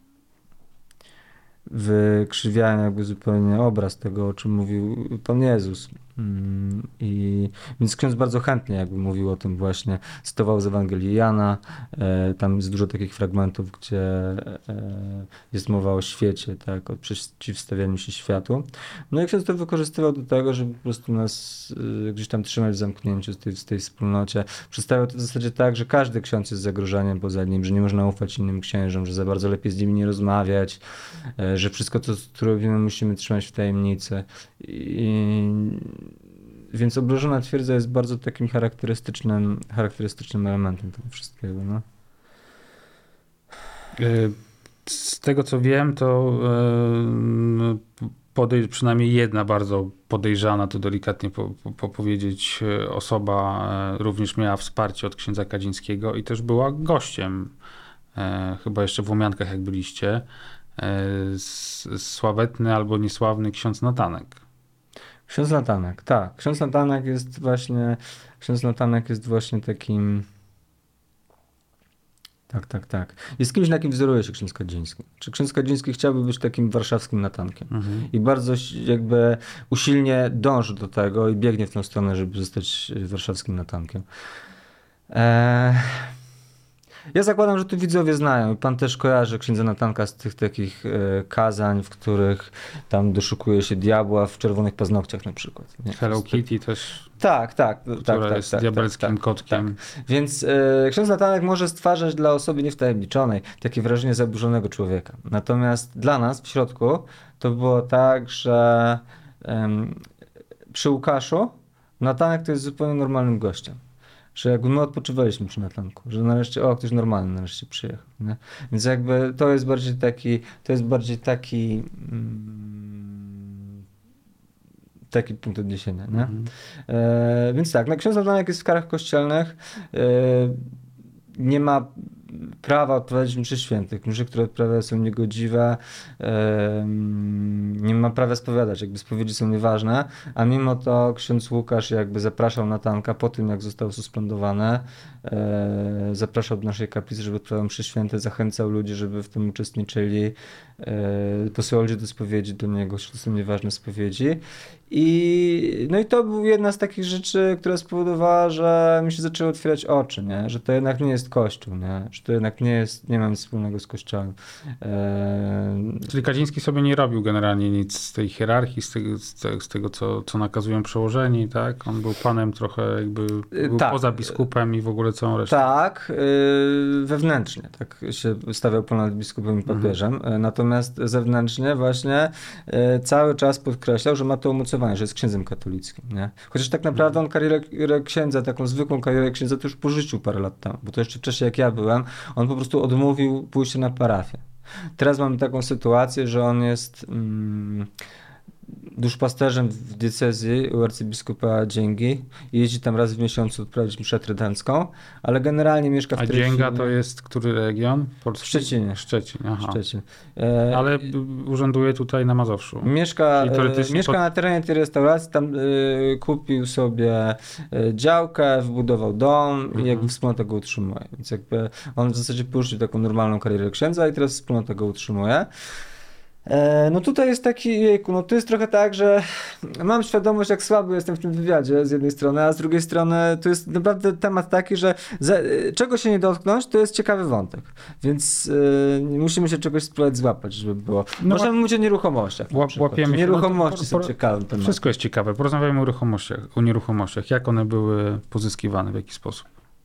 wykrzywiają jakby zupełnie obraz tego, o czym mówił Pan Jezus. I więc ksiądz bardzo chętnie jakby mówił o tym właśnie, cytował z Ewangelii Jana, tam jest dużo takich fragmentów, gdzie jest mowa o świecie, tak, o przeciwstawianiu się światu. No i ksiądz to wykorzystywał do tego, żeby po prostu nas gdzieś tam trzymać w zamknięciu z tej, z tej wspólnocie. Przedstawiał to w zasadzie tak, że każdy ksiądz jest zagrożeniem poza nim, że nie można ufać innym księżom, że za bardzo lepiej z nimi nie rozmawiać, że wszystko to, co robimy, musimy trzymać w tajemnicy. I więc obłożona twierdza jest bardzo takim charakterystycznym, charakterystycznym elementem tego wszystkiego. No. Z tego co wiem, to podej- przynajmniej jedna bardzo podejrzana, to delikatnie po, po, powiedzieć, osoba również miała wsparcie od księdza Kadzińskiego i też była gościem, chyba jeszcze w Łomiankach jak byliście, sławetny albo niesławny ksiądz Natanek. Ksiądz Natanek, tak. Ksiądz Natanek jest właśnie, ksiądz Natanek jest właśnie takim, tak, tak, tak. Jest kimś, na kim wzoruje się ksiądz Kadziński. Czy ksiądz Kadziński chciałby być takim warszawskim Natankiem? Mhm. I bardzo jakby usilnie dąży do tego i biegnie w tę stronę, żeby zostać warszawskim Natankiem. Eee... Ja zakładam, że tu widzowie znają i pan też kojarzy księdza Natanka z tych takich e, kazań, w których tam doszukuje się diabła w czerwonych paznokciach na przykład. Nie? Hello Kitty też. Tak, tak. Która tak, tak, jest tak, diabelskim tak, tak, kotkiem. Tak. Więc e, ksiądz Natanek może stwarzać dla osoby niewtajemniczonej takie wrażenie zaburzonego człowieka. Natomiast dla nas w środku to było tak, że em, przy Łukaszu Natanek to jest zupełnie normalnym gościem. Że jakby my odpoczywaliśmy przy Natanku, że nareszcie, o, ktoś normalny nareszcie przyjechał. Nie? Więc jakby to jest bardziej taki, to jest bardziej taki mm, taki punkt odniesienia. Nie? Mm. E, więc tak, no, ksiądz Natanek jest w karach kościelnych, e, nie ma prawa odprawiać mszy świętych. Mszy, które odprawia, są niegodziwe, e, nie ma prawa spowiadać, jakby spowiedzi są nieważne, a mimo to ksiądz Łukasz jakby zapraszał Natanka po tym, jak został suspendowany, e, zapraszał do naszej kaplicy, żeby odprawiał mszy święte, zachęcał ludzi, żeby w tym uczestniczyli, e, posyłał ludzi do spowiedzi do niego, to są nieważne spowiedzi. I, no i to była jedna z takich rzeczy, która spowodowała, że mi się zaczęły otwierać oczy, nie? Że to jednak nie jest Kościół, nie? Że to jednak nie jest, nie ma nic wspólnego z Kościołem. Eee... Czyli Kadziński sobie nie robił generalnie nic z tej hierarchii, z tego, z tego, z tego co, co nakazują przełożeni, tak? On był panem trochę jakby, był tak. poza biskupem i w ogóle całą resztę. Tak, yy, wewnętrznie, tak się stawiał ponad biskupem i papieżem. Mhm. Natomiast natomiast zewnętrznie właśnie y, cały czas podkreślał, że ma to umocowanie, że jest księdzem katolickim, nie? Chociaż tak naprawdę on karierę księdza, taką zwykłą karierę księdza to już porzucił parę lat temu, bo to jeszcze w czasie jak ja byłem, on po prostu odmówił pójścia na parafię. Teraz mamy taką sytuację, że on jest mm, duszpasterzem w diecezji u arcybiskupa Dzięgi i jeździ tam raz w miesiącu odprawić mszę trydencką, ale generalnie mieszka w A Trecinie. Dzięga to jest który region? Polski? W Szczecinie. Szczecin, aha. Szczecin. E, Ale urzęduje tutaj na Mazowszu. Mieszka, Czyli teoretycznie mieszka pod- na terenie tej restauracji, tam y, kupił sobie y, działkę, wbudował dom Mhm. i jakby wspólnota go utrzymuje. Więc jakby on w zasadzie poruszył taką normalną karierę księdza i teraz wspólnota go utrzymuje. E, no tutaj jest taki, jejku, no to jest trochę tak, że mam świadomość, jak słaby jestem w tym wywiadzie z jednej strony, a z drugiej strony to jest naprawdę temat taki, że ze, czego się nie dotknąć, to jest ciekawy wątek. Więc y, musimy się czegoś spróbować złapać, żeby było. No Możemy mówić o nieruchomościach. na Łap- przykład. łapiemy się- Nieruchomości no to- są po- ciekawym tematem. Wszystko jest ciekawe. Porozmawiajmy o nieruchomościach, o nieruchomościach. Jak one były pozyskiwane, w jaki sposób?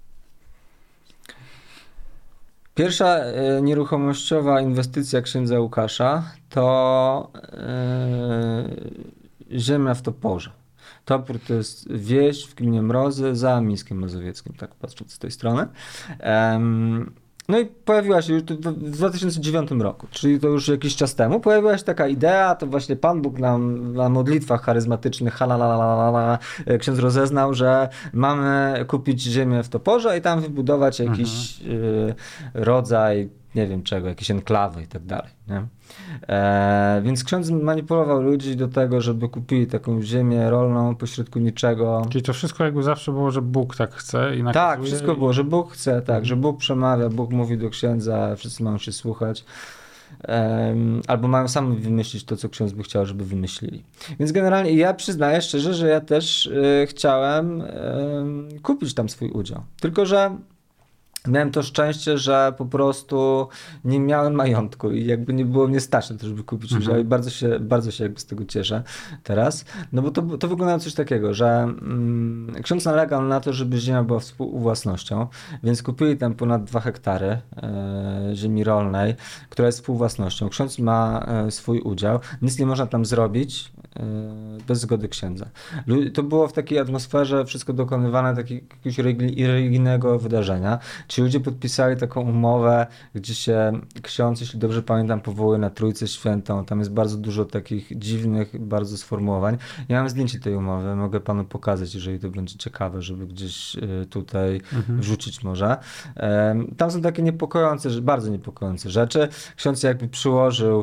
Pierwsza e, nieruchomościowa inwestycja księdza Łukasza to e, ziemia w Toporze. Topór to jest wieś w gminie Mrozy za Mińskiem Mazowieckim, tak patrząc z tej strony. Em, No i pojawiła się już to w dwa tysiące dziewiątym roku, czyli to już jakiś czas temu, pojawiła się taka idea, to właśnie Pan Bóg nam na modlitwach charyzmatycznych halalalala, ksiądz rozeznał, że mamy kupić ziemię w Toporze i tam wybudować jakiś y, rodzaj, nie wiem czego, jakieś enklawy i tak dalej. Nie? E, więc ksiądz manipulował ludzi do tego, żeby kupili taką ziemię rolną pośrodku niczego. Czyli to wszystko jakby zawsze było, że Bóg tak chce i nakazuje. Tak, wszystko i... było, że Bóg chce, tak, Mhm. że Bóg przemawia, Bóg mówi do księdza, wszyscy mają się słuchać. Um, albo mają sami wymyślić to, co ksiądz by chciał, żeby wymyślili. Więc generalnie ja przyznaję szczerze, że ja też y, chciałem y, kupić tam swój udział. Tylko że miałem to szczęście, że po prostu nie miałem majątku i jakby nie było mnie stać na to, żeby kupić Mhm. udział i bardzo się, bardzo się jakby z tego cieszę teraz. No bo to, to wygląda coś takiego, że mm, ksiądz nalegał na to, żeby ziemia była współwłasnością, więc kupili tam ponad dwa hektary e, ziemi rolnej, która jest współwłasnością. Ksiądz ma e, swój udział, nic nie można tam zrobić e, bez zgody księdza. Lu- To było w takiej atmosferze wszystko dokonywane takiego jakiegoś religi- religijnego wydarzenia. Ci ludzie podpisali taką umowę, gdzie się ksiądz, jeśli dobrze pamiętam, powołuje na Trójcę Świętą. Tam jest bardzo dużo takich dziwnych bardzo sformułowań. Ja mam zdjęcie tej umowy, mogę panu pokazać, jeżeli to będzie ciekawe, żeby gdzieś y, tutaj Mhm. wrzucić może. Em, Tam są takie niepokojące, że- bardzo niepokojące rzeczy. Ksiądz jakby przyłożył,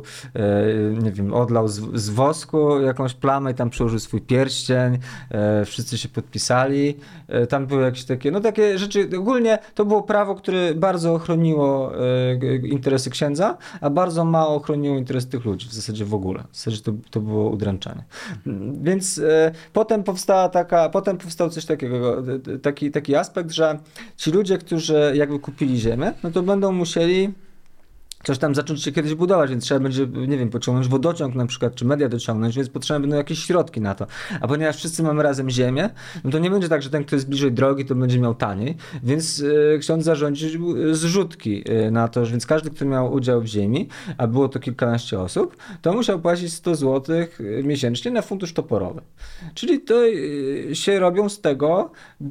e, nie wiem, odlał z, z wosku jakąś plamę i tam przyłożył swój pierścień. E, Wszyscy się podpisali. E, Tam były jakieś takie, no takie rzeczy, ogólnie to było prawo, które bardzo ochroniło e, g- interesy księdza, a bardzo mało ochroniło interesy tych ludzi, w zasadzie w ogóle. W zasadzie to, to było udręczanie. Mm, Więc e, potem powstała taka, potem powstał coś takiego, e, e, taki, taki aspekt, że ci ludzie, którzy jakby kupili ziemię, no to będą musieli coś tam zacząć się kiedyś budować, więc trzeba będzie, nie wiem, pociągnąć wodociąg na przykład, czy media dociągnąć, więc potrzebne będą jakieś środki na to. A ponieważ wszyscy mamy razem ziemię, no to nie będzie tak, że ten, kto jest bliżej drogi, to będzie miał taniej, więc y, ksiądz zarządził y, zrzutki y, na to, że więc każdy, kto miał udział w ziemi, a było to kilkanaście osób, to musiał płacić sto złotych miesięcznie na fundusz toporowy. Czyli to y, się robią z tego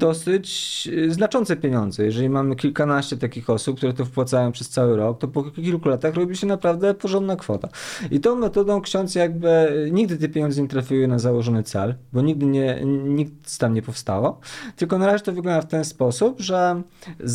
dosyć y, znaczące pieniądze. Jeżeli mamy kilkanaście takich osób, które to wpłacają przez cały rok, to po kilku latach robi się naprawdę porządna kwota. I tą metodą ksiądz jakby nigdy te pieniądze nie trafiły na założony cel, bo nigdy nie, nic tam nie powstało, tylko na razie to wygląda w ten sposób, że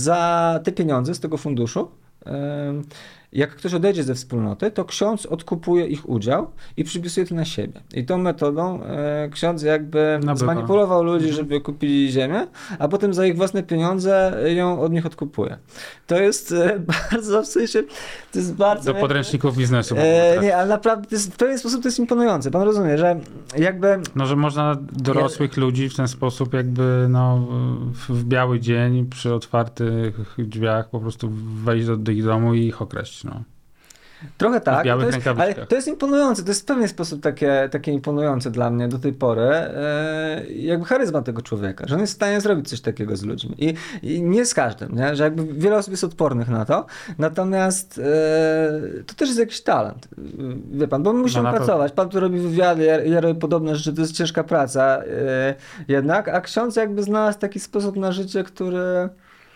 za te pieniądze z tego funduszu em, jak ktoś odejdzie ze wspólnoty, to ksiądz odkupuje ich udział i przypisuje to na siebie. I tą metodą e, ksiądz jakby Nabywa. zmanipulował ludzi, Mhm. żeby kupili ziemię, a potem za ich własne pieniądze ją od nich odkupuje. To jest e, bardzo, w sensie, to jest bardzo... Do podręczników biznesu. E, nie, ale naprawdę to jest, w pewien sposób to jest imponujące. Pan rozumie, że jakby... No, że można dorosłych ludzi w ten sposób jakby no, w, w biały dzień przy otwartych drzwiach po prostu wejść do, do ich domu i ich okraść. No. Trochę tak, białych to jest, ale rękawiczkach. to jest imponujące, to jest w pewien sposób takie, takie imponujące dla mnie do tej pory, e, jakby charyzma tego człowieka, że on jest w stanie zrobić coś takiego z ludźmi i, i nie z każdym, nie? Że jakby wiele osób jest odpornych na to, natomiast e, to też jest jakiś talent, wie pan, bo my musimy No na pracować, pan tu robi wywiady, ja, ja robię podobne rzeczy, to jest ciężka praca e, jednak, a ksiądz jakby znalazł taki sposób na życie, który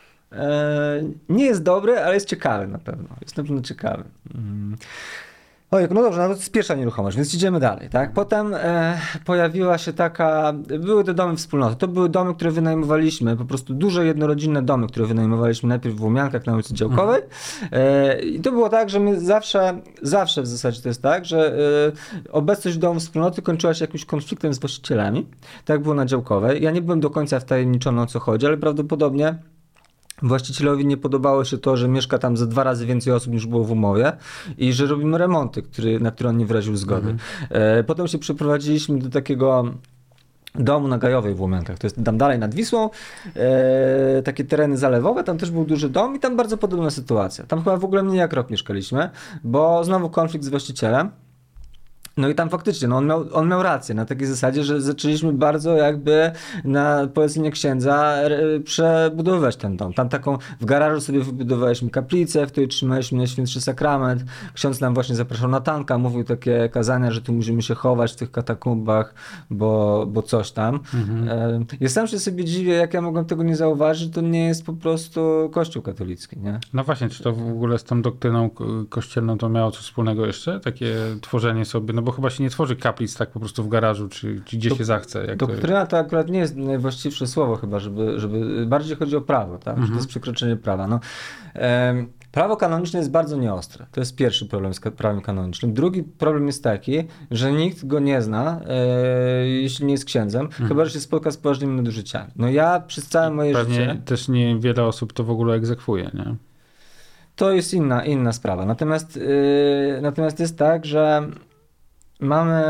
E, nie jest dobry, ale jest ciekawy na pewno. Jest na pewno ciekawy. Mm. Ojej, no dobrze, no to jest pierwsza nieruchomość, więc idziemy dalej, tak? Potem e, pojawiła się taka, były te domy wspólnoty. To były domy, które wynajmowaliśmy, po prostu duże jednorodzinne domy, które wynajmowaliśmy najpierw w Łomiankach na ulicy Działkowej. E, I to było tak, że my zawsze, zawsze w zasadzie to jest tak, że e, obecność domu wspólnoty kończyła się jakimś konfliktem z właścicielami. Tak było na Działkowej. Ja nie byłem do końca wtajemniczony, o co chodzi, ale prawdopodobnie właścicielowi nie podobało się to, że mieszka tam ze dwa razy więcej osób niż było w umowie i że robimy remonty, który, na które on nie wyraził zgody. Mhm. E, potem się przeprowadziliśmy do takiego domu na Gajowej w Łomiankach, to jest tam dalej nad Wisłą, e, takie tereny zalewowe, tam też był duży dom i tam bardzo podobna sytuacja. Tam chyba w ogóle mniej jak rok mieszkaliśmy, bo znowu konflikt z właścicielem. No i tam faktycznie, no on, miał, on miał rację na takiej zasadzie, że zaczęliśmy bardzo jakby na polecenie księdza przebudowywać ten dom. Tam taką, w garażu sobie wybudowaliśmy kaplicę, w której trzymaliśmy Najświętszy Sakrament. Ksiądz nam właśnie zapraszał na tanka, mówił takie kazania, że tu musimy się chować w tych katakumbach, bo, bo coś tam. Mhm. Ja sam się sobie dziwię, jak ja mogłem tego nie zauważyć, to nie jest po prostu Kościół katolicki, nie? No właśnie, czy to w ogóle z tą doktryną kościelną to miało coś wspólnego jeszcze? Takie tworzenie sobie, no bo chyba się nie tworzy kaplic tak po prostu w garażu, czy, czy gdzie Do, się zachce. Jak doktryna to akurat nie jest najwłaściwsze słowo chyba, żeby, żeby bardziej chodzi o prawo, tak? Mhm. Że to jest przekroczenie prawa. No, em, prawo kanoniczne jest bardzo nieostre. To jest pierwszy problem z prawem kanonicznym. Drugi problem jest taki, że nikt go nie zna, e, jeśli nie jest księdzem, mhm. chyba, że się spotka z poważnymi nadużyciami. No ja przez całe moje Pewnie życie... Pewnie też nie wiele osób to w ogóle egzekwuje, nie? To jest inna, inna sprawa. Natomiast, yy, natomiast jest tak, że mamy,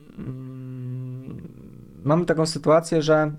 mm, mamy taką sytuację, że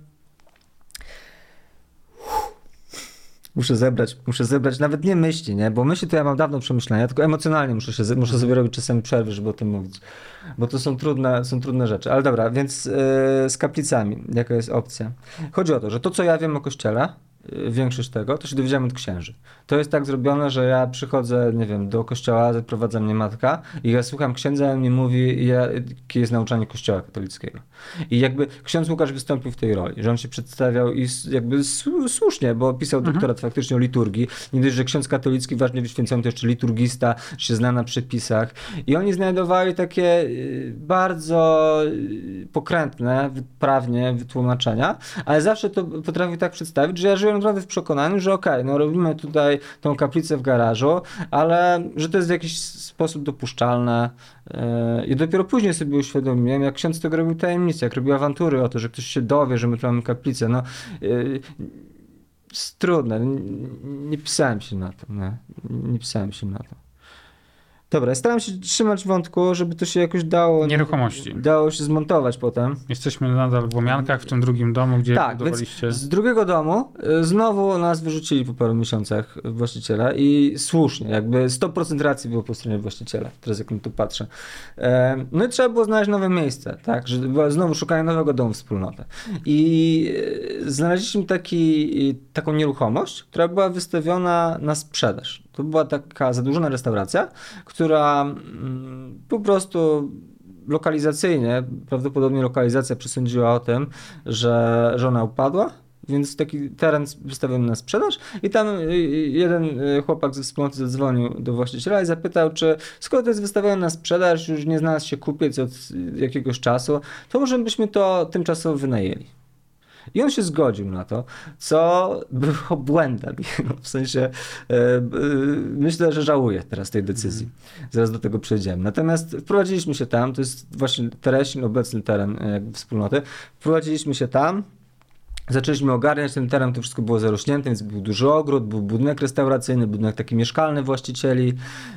muszę zebrać, muszę zebrać nawet nie myśli, nie? Bo myśli to ja mam dawno przemyślenia, tylko emocjonalnie muszę, się, muszę sobie robić czasem przerwy, żeby o tym mówić, bo to są trudne, są trudne rzeczy. Ale dobra, więc yy, z kaplicami, jaka jest opcja? Chodzi o to, że to, co ja wiem o Kościele, większość tego, to się dowiedziałem od księży. To jest tak zrobione, że ja przychodzę, nie wiem, do kościoła, zaprowadza mnie matka i ja słucham księdza, on mi mówi, jakie jest nauczanie kościoła katolickiego. I jakby ksiądz Łukasz wystąpił w tej roli, że on się przedstawiał i jakby słusznie, bo pisał mhm. doktorat faktycznie o liturgii. Nie dość, że ksiądz katolicki, ważnie wyświęcony, to jeszcze liturgista, się zna na przepisach. I oni znajdowali takie bardzo pokrętne, prawnie wytłumaczenia, ale zawsze to potrafił tak przedstawić, że ja żyłem naprawdę w przekonaniu, że okej, okay, no robimy tutaj tą kaplicę w garażu, ale że to jest w jakiś sposób dopuszczalne. I dopiero później sobie uświadomiłem, jak ksiądz tego robił tajemnicę, jak robił awantury o to, że ktoś się dowie, że my tu mamy kaplicę. No, jest trudne. Nie pisałem się na to. Nie, nie pisałem się na to. Dobra, staram się trzymać wątku, żeby to się jakoś dało... Nieruchomości. Dało się zmontować potem. Jesteśmy nadal w Łomiankach, w tym drugim domu, gdzie tak, budowaliście... Więc z drugiego domu znowu nas wyrzucili po paru miesiącach właściciela i słusznie, jakby sto procent racji było po stronie właściciela, teraz jak na to patrzę. No i trzeba było znaleźć nowe miejsce, tak, że znowu szukanie nowego domu wspólnoty. I znaleźliśmy taki, taką nieruchomość, która była wystawiona na sprzedaż. To była taka zadłużona restauracja, która mm, po prostu lokalizacyjnie, prawdopodobnie lokalizacja przesądziła o tym, że żona upadła, więc taki teren wystawiony na sprzedaż i tam jeden chłopak ze wspólnoty zadzwonił do właściciela i zapytał, czy skoro to jest wystawione na sprzedaż, już nie znalazł się kupiec od jakiegoś czasu, to może byśmy to tymczasowo wynajęli. I on się zgodził na to, co było błędem. W sensie e, e, myślę, że żałuję teraz tej decyzji. Zaraz do tego przejdziemy. Natomiast wprowadziliśmy się tam, to jest właśnie Teresin, obecny teren jakby wspólnoty. Wprowadziliśmy się tam. Zaczęliśmy ogarniać ten teren, to wszystko było zarośnięte, więc był duży ogród, był budynek restauracyjny, budynek taki mieszkalny właścicieli,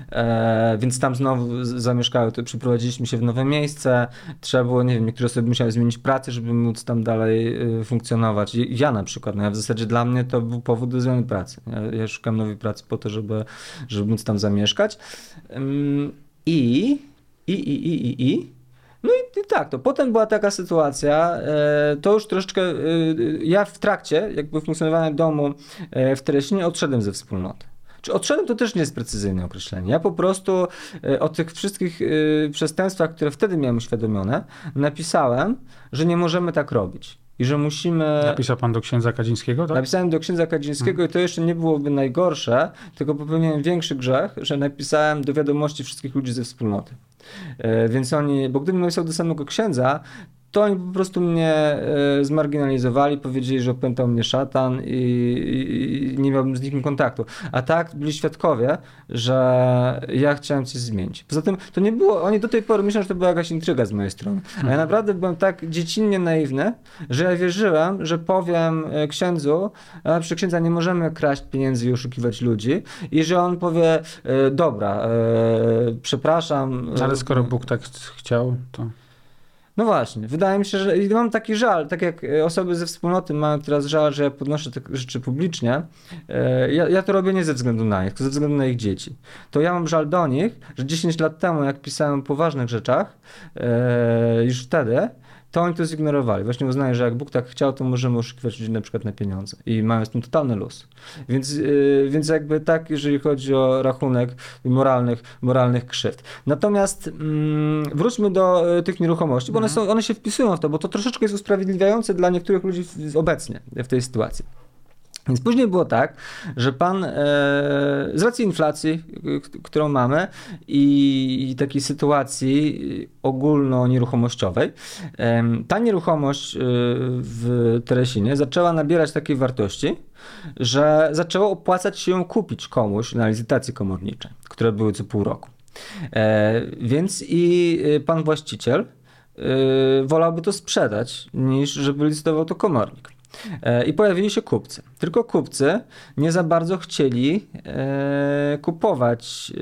e, więc tam znowu zamieszkały, to przyprowadziliśmy się w nowe miejsce, trzeba było, nie wiem, niektóre osoby musiały zmienić pracę, żeby móc tam dalej y, funkcjonować. I, ja na przykład, no ja w zasadzie dla mnie to był powód do zmiany pracy. Ja, ja szukam nowej pracy po to, żeby, żeby móc tam zamieszkać. Ym, I, i, i, i, i, i No i, i tak, to potem była taka sytuacja, e, to już troszeczkę, e, ja w trakcie jakby funkcjonowania domu e, w Teresinie odszedłem ze wspólnoty. Czy odszedłem, to też nie jest precyzyjne określenie. Ja po prostu e, o tych wszystkich e, przestępstwach, które wtedy miałem uświadomione, napisałem, że nie możemy tak robić. I że musimy... Napisał pan do księdza Kadzińskiego, tak? Napisałem do księdza Kadzińskiego hmm. i to jeszcze nie byłoby najgorsze, tylko popełniłem większy grzech, że napisałem do wiadomości wszystkich ludzi ze wspólnoty. E, więc oni, bo gdybym napisał do samego księdza, to oni po prostu mnie e, zmarginalizowali, powiedzieli, że opętał mnie szatan i, i, i nie miałbym z nikim kontaktu. A tak byli świadkowie, że ja chciałem coś zmienić. Poza tym to nie było, oni do tej pory myślą, że to była jakaś intryga z mojej strony. A ja naprawdę byłem tak dziecinnie naiwny, że ja wierzyłem, że powiem księdzu, a przy księdza nie możemy kraść pieniędzy i oszukiwać ludzi i że on powie, e, dobra, e, przepraszam. Ale skoro Bóg tak chciał, to... No właśnie, wydaje mi się, że mam taki żal, tak jak osoby ze wspólnoty mają teraz żal, że ja podnoszę te rzeczy publicznie, ja, ja to robię nie ze względu na nich, tylko ze względu na ich dzieci. To ja mam żal do nich, że dziesięć lat temu, jak pisałem o poważnych rzeczach, już wtedy, to oni to zignorowali. Właśnie uznali, że jak Bóg tak chciał, to możemy oszukiwać ludzi na przykład na pieniądze. I mają z tym totalny luz. Więc, yy, więc jakby tak, jeżeli chodzi o rachunek moralnych, moralnych krzywd. Natomiast yy, wróćmy do yy, tych nieruchomości, bo one, są, one się wpisują w to, bo to troszeczkę jest usprawiedliwiające dla niektórych ludzi w, obecnie w tej sytuacji. Więc później było tak, że pan e, z racji inflacji, k- którą mamy i, i takiej sytuacji ogólno-nieruchomościowej, e, ta nieruchomość e, w Teresinie zaczęła nabierać takiej wartości, że zaczęło opłacać się ją kupić komuś na licytacji komorniczej, które były co pół roku. E, więc i pan właściciel e, wolałby to sprzedać, niż żeby licytował to komornik. I pojawili się kupcy. Tylko kupcy nie za bardzo chcieli e, kupować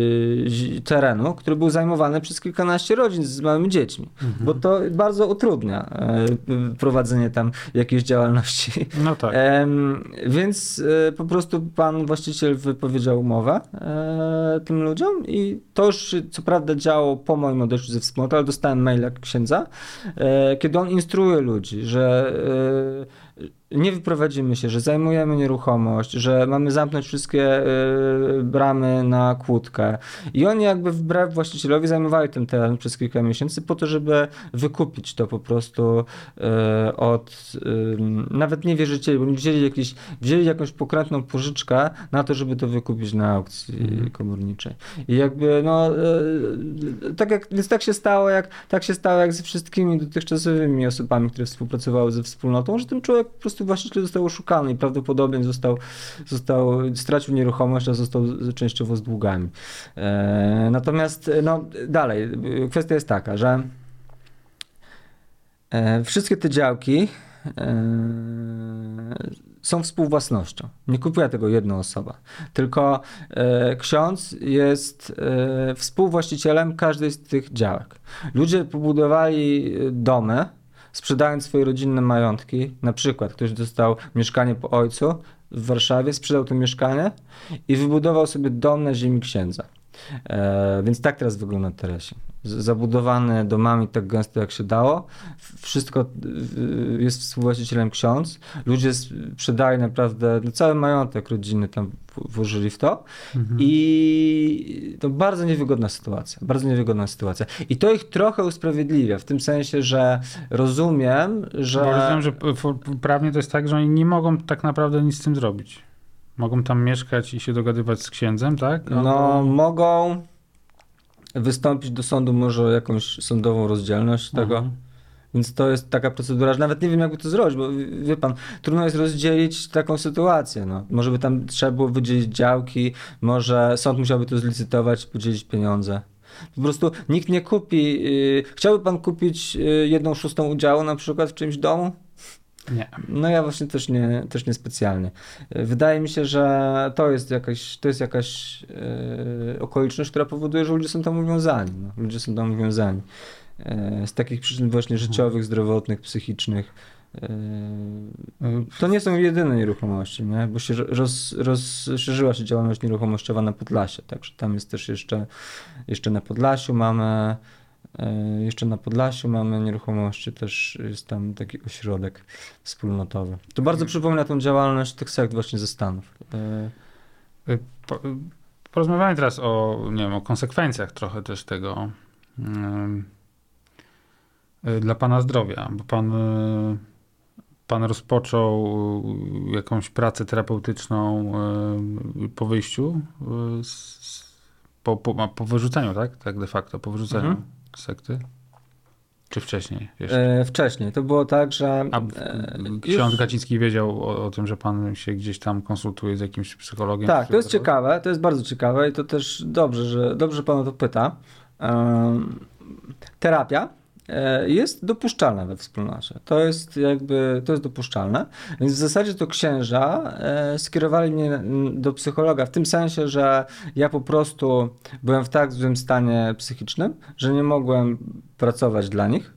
e, terenu, który był zajmowany przez kilkanaście rodzin z małymi dziećmi, mhm. bo to bardzo utrudnia e, prowadzenie tam jakiejś działalności. No tak. E, więc e, po prostu pan właściciel wypowiedział umowę e, tym ludziom i to już co prawda działo po moim odejściu ze wspólnoty, ale dostałem maila księdza, e, kiedy on instruuje ludzi, że e, nie wyprowadzimy się, że zajmujemy nieruchomość, że mamy zamknąć wszystkie y, bramy na kłódkę. I oni jakby wbrew właścicielowi zajmowali ten teren przez kilka miesięcy po to, żeby wykupić to po prostu y, od y, nawet nie wierzycieli, bo oni wzięli, jakieś, wzięli jakąś pokrętną pożyczkę na to, żeby to wykupić na aukcji mm. komorniczej. I jakby no y, tak jak, więc tak się stało, jak tak się stało jak ze wszystkimi dotychczasowymi osobami, które współpracowały ze wspólnotą, że ten człowiek po prostu właściciel został oszukany i prawdopodobnie został, został, stracił nieruchomość, a został częściowo z długami. E, natomiast no, dalej, kwestia jest taka, że e, wszystkie te działki e, są współwłasnością. Nie kupuje tego jedna osoba, tylko e, ksiądz jest e, współwłaścicielem każdej z tych działek. Ludzie pobudowali domy, sprzedając swoje rodzinne majątki, na przykład ktoś dostał mieszkanie po ojcu w Warszawie, sprzedał to mieszkanie i wybudował sobie dom na ziemi księdza. E, więc tak teraz wygląda Teresin. Zabudowane domami tak gęsto jak się dało. Wszystko jest współwłaścicielem ksiądz. Ludzie sprzedali naprawdę no, cały majątek rodziny tam włożyli w to. Mhm. I to bardzo niewygodna sytuacja. Bardzo niewygodna sytuacja. I to ich trochę usprawiedliwia w tym sensie, że rozumiem, że... Bo rozumiem, że prawnie to jest tak, że oni nie mogą tak naprawdę nic z tym zrobić. Mogą tam mieszkać i się dogadywać z księdzem, tak? Albo... No mogą wystąpić do sądu może o jakąś sądową rozdzielność tego. Mhm. Więc to jest taka procedura, że nawet nie wiem, jakby to zrobić, bo wie pan, trudno jest rozdzielić taką sytuację. No. Może by tam trzeba było wydzielić działki, może sąd musiałby to zlicytować, podzielić pieniądze. Po prostu nikt nie kupi. Yy, chciałby pan kupić yy, jedną szóstą udziału na przykład w czymś domu? Nie. No ja właśnie też nie, też nie specjalnie. Wydaje mi się, że to jest jakaś, to jest jakaś yy, okoliczność, która powoduje, że ludzie są tam uwiązani. No. Ludzie są tam uwiązani. Yy, z takich przyczyn właśnie życiowych, zdrowotnych, psychicznych. Yy, to nie są jedyne nieruchomości, nie? Bo się roz, rozszerzyła się działalność nieruchomościowa na Podlasie, także tam jest też jeszcze, jeszcze na Podlasiu mamy Jeszcze na Podlasiu mamy nieruchomości, też jest tam taki ośrodek wspólnotowy. To bardzo przypomina tą działalność tych sekt właśnie ze Stanów. Po, porozmawiamy teraz o, nie wiem, o konsekwencjach trochę też tego yy, dla pana zdrowia, bo pan, yy, pan rozpoczął jakąś pracę terapeutyczną yy, po wyjściu, yy, z, po, po, po wyrzuceniu, tak? Tak de facto, po wyrzuceniu. Mhm. Sekty? Czy wcześniej? E, wcześniej. To było tak, że... A ksiądz już... Gacicki wiedział o, o tym, że pan się gdzieś tam konsultuje z jakimś psychologiem? Tak, to jest ciekawe, to jest bardzo ciekawe i to też dobrze, że dobrze pan o to pyta. Um, terapia jest dopuszczalna we wspólnocie. To jest jakby, to jest dopuszczalne. Więc w zasadzie to księża skierowali mnie do psychologa w tym sensie, że ja po prostu byłem w tak złym stanie psychicznym, że nie mogłem pracować dla nich,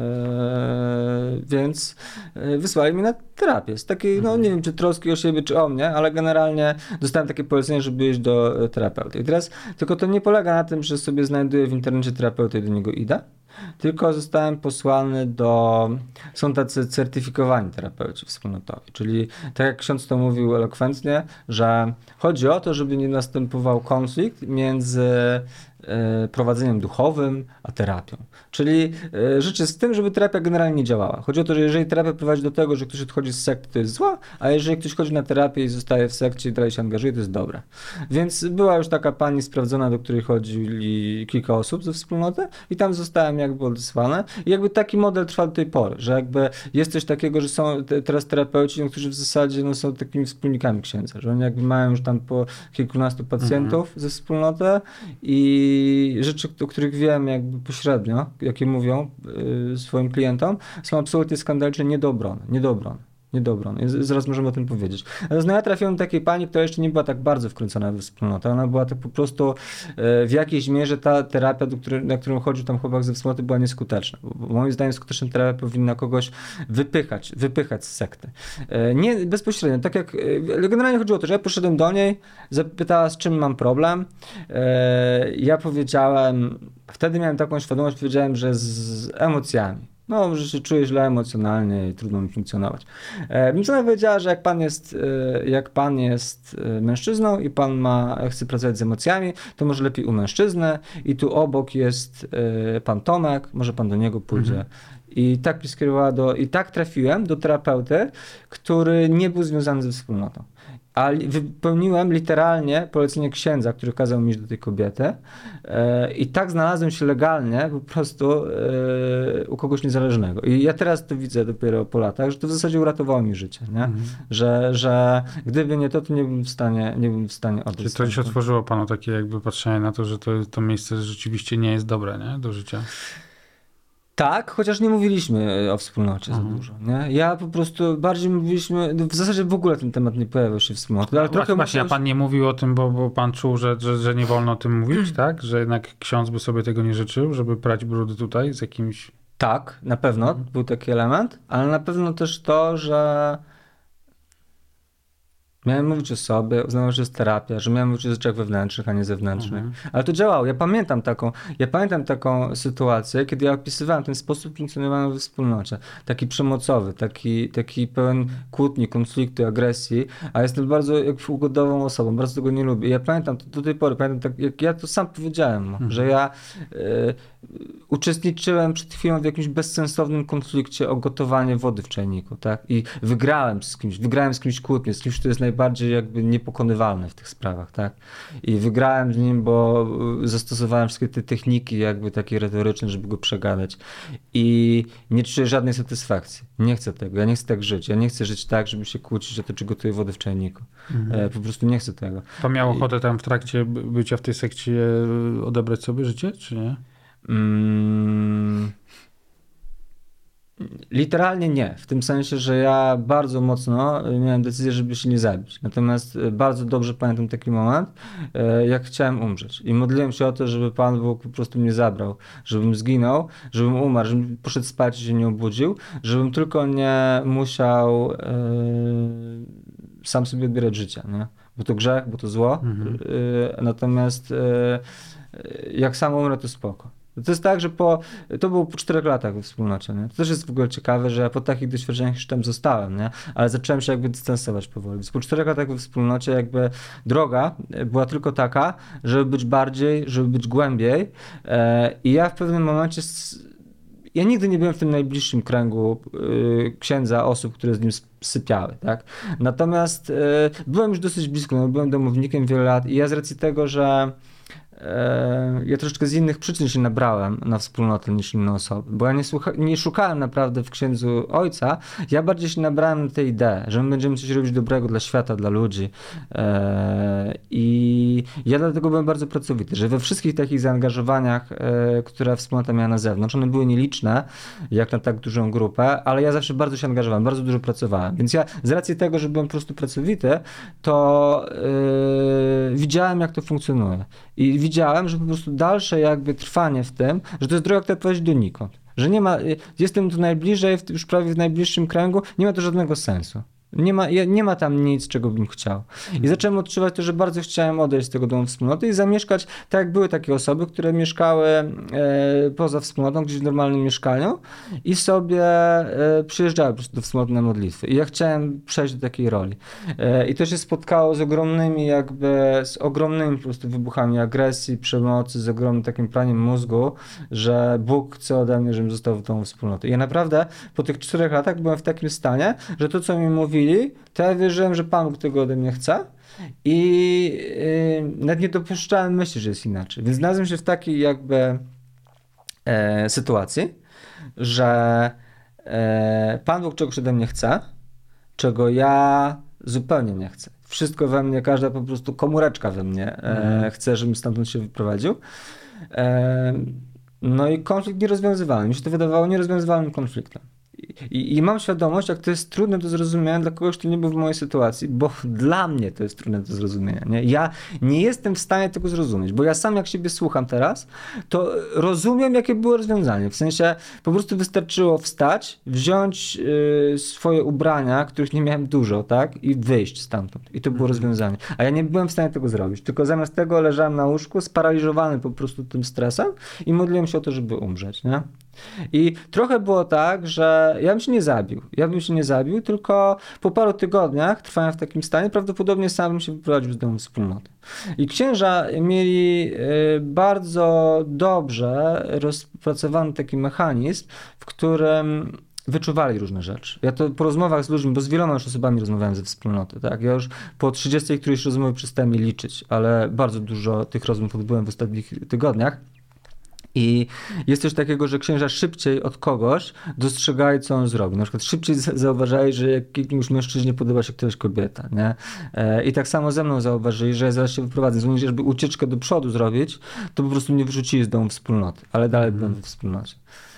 więc wysłali mnie na terapię. Z takiej, no nie wiem, czy troski o siebie, czy o mnie, ale generalnie dostałem takie polecenie, żeby iść do terapeuty. I teraz, tylko to nie polega na tym, że sobie znajduję w internecie terapeutę i do niego idę, tylko zostałem posłany do... Są tacy certyfikowani terapeuci wspólnotowi, czyli tak jak ksiądz to mówił elokwentnie, że chodzi o to, żeby nie następował konflikt między prowadzeniem duchowym a terapią. Czyli rzecz jest w tym, żeby terapia generalnie nie działała. Chodzi o to, że jeżeli terapia prowadzi do tego, że ktoś odchodzi z sekty, to jest zła, a jeżeli ktoś chodzi na terapię i zostaje w sekcie i dalej się angażuje, to jest dobre. Więc była już taka pani sprawdzona, do której chodzili kilka osób ze wspólnoty i tam zostałem jakby odesłany. I jakby taki model trwa do tej pory, że jakby jest coś takiego, że są te, teraz terapeuci, no, którzy w zasadzie no, są takimi wspólnikami księdza, że oni jakby mają już tam po kilkunastu pacjentów mhm. ze wspólnoty i I rzeczy, o których wiem jakby pośrednio, jakie mówią y, swoim klientom, są absolutnie skandalicznie nie do obrony, nie do obrony, nie do obrony. Zaraz możemy o tym powiedzieć. Natomiast no ja trafiłem do takiej pani, która jeszcze nie była tak bardzo wkręcona we wspólnotę. Ona była tak po prostu y, w jakiejś mierze ta terapia, do której, na którą chodził tam chłopak ze wspólnoty, była nieskuteczna. Bo moim zdaniem skuteczna terapia powinna kogoś wypychać, wypychać z sekty. Y, nie bezpośrednio, tak jak y, generalnie chodziło o to, że ja poszedłem do niej, zapytała, z czym mam problem. Y, ja powiedziałem, wtedy miałem taką świadomość, powiedziałem, że z, z emocjami. No, że się czuję źle emocjonalnie i trudno mi funkcjonować. Więc ona powiedziała, że jak pan jest, jak pan jest mężczyzną i pan ma, chce pracować z emocjami, to może lepiej u mężczyzny i tu obok jest pan Tomek, może pan do niego pójdzie. Mhm. I tak mnie skierowała do, i tak trafiłem do terapeuty, który nie był związany ze wspólnotą. A wypełniłem literalnie polecenie księdza, który kazał mi iść do tej kobiety yy, i tak znalazłem się legalnie po prostu yy, u kogoś niezależnego. I ja teraz to widzę dopiero po latach, że to w zasadzie uratowało mi życie, nie? Mm. Że, że gdyby nie to, to nie byłem w stanie, nie byłem w stanie odejść. Czy to dziś otworzyło panu takie jakby patrzenie na to, że to, to miejsce rzeczywiście nie jest dobre, nie? Do życia? Tak, chociaż nie mówiliśmy o wspólnocie mhm. za dużo. Nie? Ja po prostu bardziej mówiliśmy, w zasadzie w ogóle ten temat nie pojawiał się w wspólnocie. Ale no trochę właśnie, a pan nie mówił o tym, bo, bo pan czuł, że, że, że nie wolno o tym mówić, tak? Że jednak ksiądz by sobie tego nie życzył, żeby prać brudy tutaj z jakimś... Tak, na pewno mhm. był taki element, ale na pewno też to, że miałem mówić o sobie, uznałem, że jest terapia, że miałem mówić o rzeczach wewnętrznych, a nie zewnętrznych. Mhm. Ale to działało. Ja pamiętam taką, ja pamiętam taką sytuację, kiedy ja opisywałem ten sposób funkcjonowania we wspólnocie. Taki przemocowy, taki, taki pełen kłótni, konfliktu, agresji, a jestem bardzo jak ugodową osobą, bardzo tego nie lubię. I ja pamiętam to do tej pory, pamiętam tak, jak ja to sam powiedziałem, mhm. że ja y, uczestniczyłem przed chwilą w jakimś bezsensownym konflikcie o gotowanie wody w czajniku, tak? I wygrałem z kimś, wygrałem z kimś kłótnię, z kimś, kto jest najbardziej jakby niepokonywalny w tych sprawach, tak? I wygrałem z nim, bo zastosowałem wszystkie te techniki jakby takie retoryczne, żeby go przegadać. I nie czuję żadnej satysfakcji. Nie chcę tego. Ja nie chcę tak żyć. Ja nie chcę żyć tak, żeby się kłócić o to, czy gotuję wodę w czajniku. Mhm. Po prostu nie chcę tego. Pan miał ochotę tam w trakcie bycia w tej sekcie odebrać sobie życie, czy nie? Mm... Literalnie nie, w tym sensie, że ja bardzo mocno miałem decyzję, żeby się nie zabić. Natomiast bardzo dobrze pamiętam taki moment, jak chciałem umrzeć. I modliłem się o to, żeby Pan Bóg po prostu mnie zabrał, żebym zginął, żebym umarł, żebym poszedł spać i się nie obudził, żebym tylko nie musiał yy, sam sobie odbierać życia, nie? Bo to grzech, bo to zło. Mhm. Yy, natomiast yy, jak sam umrę, to spoko. To jest tak, że po, to było po czterech latach we wspólnocie, nie? To też jest w ogóle ciekawe, że ja po takich doświadczeniach już tam zostałem, nie? Ale zacząłem się jakby dystansować powoli. Więc po czterech latach we wspólnocie jakby droga była tylko taka, żeby być bardziej, żeby być głębiej e, i ja w pewnym momencie s- ja nigdy nie byłem w tym najbliższym kręgu y, księdza, osób, które z nim sypiały, tak? Natomiast y, byłem już dosyć blisko, no, byłem domownikiem wiele lat i ja z racji tego, że ja troszeczkę z innych przyczyn się nabrałem na wspólnotę niż inne osoby, bo ja nie, słucha, nie szukałem naprawdę w księdzu ojca, ja bardziej się nabrałem na tę ideę, że my będziemy coś robić dobrego dla świata, dla ludzi i ja dlatego byłem bardzo pracowity, że we wszystkich takich zaangażowaniach, które wspólnota miała na zewnątrz, one były nieliczne, jak na tak dużą grupę, ale ja zawsze bardzo się angażowałem, bardzo dużo pracowałem, więc ja z racji tego, że byłem po prostu pracowity, to yy, widziałem, jak to funkcjonuje i widziałem, że po prostu dalsze jakby trwanie w tym, że to jest droga, która prowadzi donikąd. Że nie ma, jestem tu najbliżej, już prawie w najbliższym kręgu, nie ma to żadnego sensu. Nie ma, nie ma tam nic, czego bym chciał. I zacząłem odczuwać to, że bardzo chciałem odejść z tego domu wspólnoty i zamieszkać, tak jak były takie osoby, które mieszkały e, poza wspólnotą, gdzieś w normalnym mieszkaniu i sobie e, przyjeżdżały po prostu do wspólnoty na modlitwy. I ja chciałem przejść do takiej roli. E, I to się spotkało z ogromnymi jakby, z ogromnymi po prostu wybuchami agresji, przemocy, z ogromnym takim praniem mózgu, że Bóg chce ode mnie, żebym został w domu wspólnoty. I ja naprawdę po tych czterech latach byłem w takim stanie, że to, co mi mówili, to ja wierzyłem, że Pan Bóg tego ode mnie chce i yy, nawet nie dopuszczałem myśli, że jest inaczej. Więc znalazłem się w takiej jakby e, sytuacji, że e, Pan Bóg czegoś ode mnie chce, czego ja zupełnie nie chcę. Wszystko we mnie, każda po prostu komóreczka we mnie e, chce, żebym stamtąd się wyprowadził. E, no i konflikt nierozwiązywalny. Mi się to wydawało nierozwiązywalnym konfliktem. I, I mam świadomość, jak to jest trudne do zrozumienia dla kogoś, kto nie był w mojej sytuacji, bo dla mnie to jest trudne do zrozumienia. Nie? Ja nie jestem w stanie tego zrozumieć, bo ja sam jak siebie słucham teraz, to rozumiem, jakie było rozwiązanie. W sensie po prostu wystarczyło wstać, wziąć y, swoje ubrania, których nie miałem dużo, tak, i wyjść stamtąd. I to było rozwiązanie. A ja nie byłem w stanie tego zrobić, tylko zamiast tego leżałem na łóżku, sparaliżowany po prostu tym stresem i modliłem się o to, żeby umrzeć. Nie? I trochę było tak, że ja bym się nie zabił. Ja bym się nie zabił, tylko po paru tygodniach trwania w takim stanie prawdopodobnie sam bym się wyprowadził z domu wspólnoty. I księża mieli bardzo dobrze rozpracowany taki mechanizm, w którym wyczuwali różne rzeczy. Ja to po rozmowach z ludźmi, bo z wieloma już osobami rozmawiałem ze wspólnoty, tak? Ja już po trzydziestej którejś rozmowy przestałem je liczyć, ale bardzo dużo tych rozmów odbyłem w ostatnich tygodniach. I jest coś takiego, że księża szybciej od kogoś dostrzegali, co on zrobi. Na przykład szybciej zauważali, że jakiemuś mężczyźnie podoba się któraś kobieta, nie? I tak samo ze mną zauważyli, że ja zaraz się wyprowadzę. Zwłaszcza, żeby ucieczkę do przodu zrobić, to po prostu mnie wyrzucili z domu wspólnoty. Ale dalej mm. byłem w wspólnocie.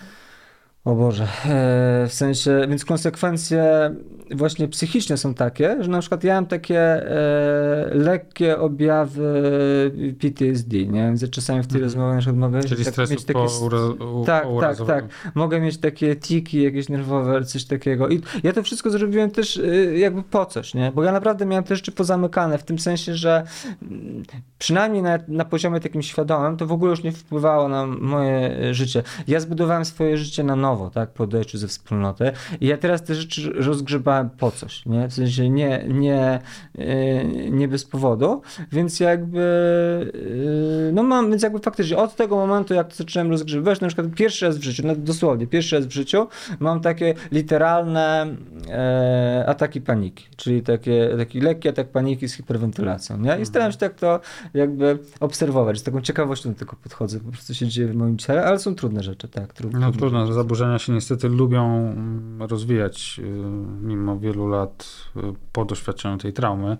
O Boże, w sensie, więc konsekwencje właśnie psychiczne są takie, że na przykład ja mam takie e, lekkie objawy P T S D, nie? Więc ja czasami w tej mm. rozmowie na przykład mogę Czyli tak, stresu mieć takie... po ura- Tak, tak, tak. Mogę mieć takie tiki jakieś nerwowe, coś takiego. I ja to wszystko zrobiłem też jakby po coś, nie? Bo ja naprawdę miałem te rzeczy pozamykane, w tym sensie, że przynajmniej na, na poziomie takim świadomym to w ogóle już nie wpływało na moje życie. Ja zbudowałem swoje życie na nowo. Tak, po odejściu ze wspólnoty. I ja teraz te rzeczy rozgrzebałem po coś, nie? W sensie nie, nie, nie bez powodu, więc jakby no mam, więc jakby faktycznie od tego momentu, jak to zacząłem rozgrzebywać, na przykład pierwszy raz w życiu, no dosłownie pierwszy raz w życiu mam takie literalne e, ataki paniki, czyli takie, taki lekki atak paniki z hiperwentylacją, nie? I starałem się tak to jakby obserwować, z taką ciekawością do tego podchodzę, po prostu się dzieje w moim ciele, ale są trudne rzeczy, tak. Trudne, no trudne, zaburzenia się niestety lubią rozwijać mimo wielu lat po doświadczeniu tej traumy.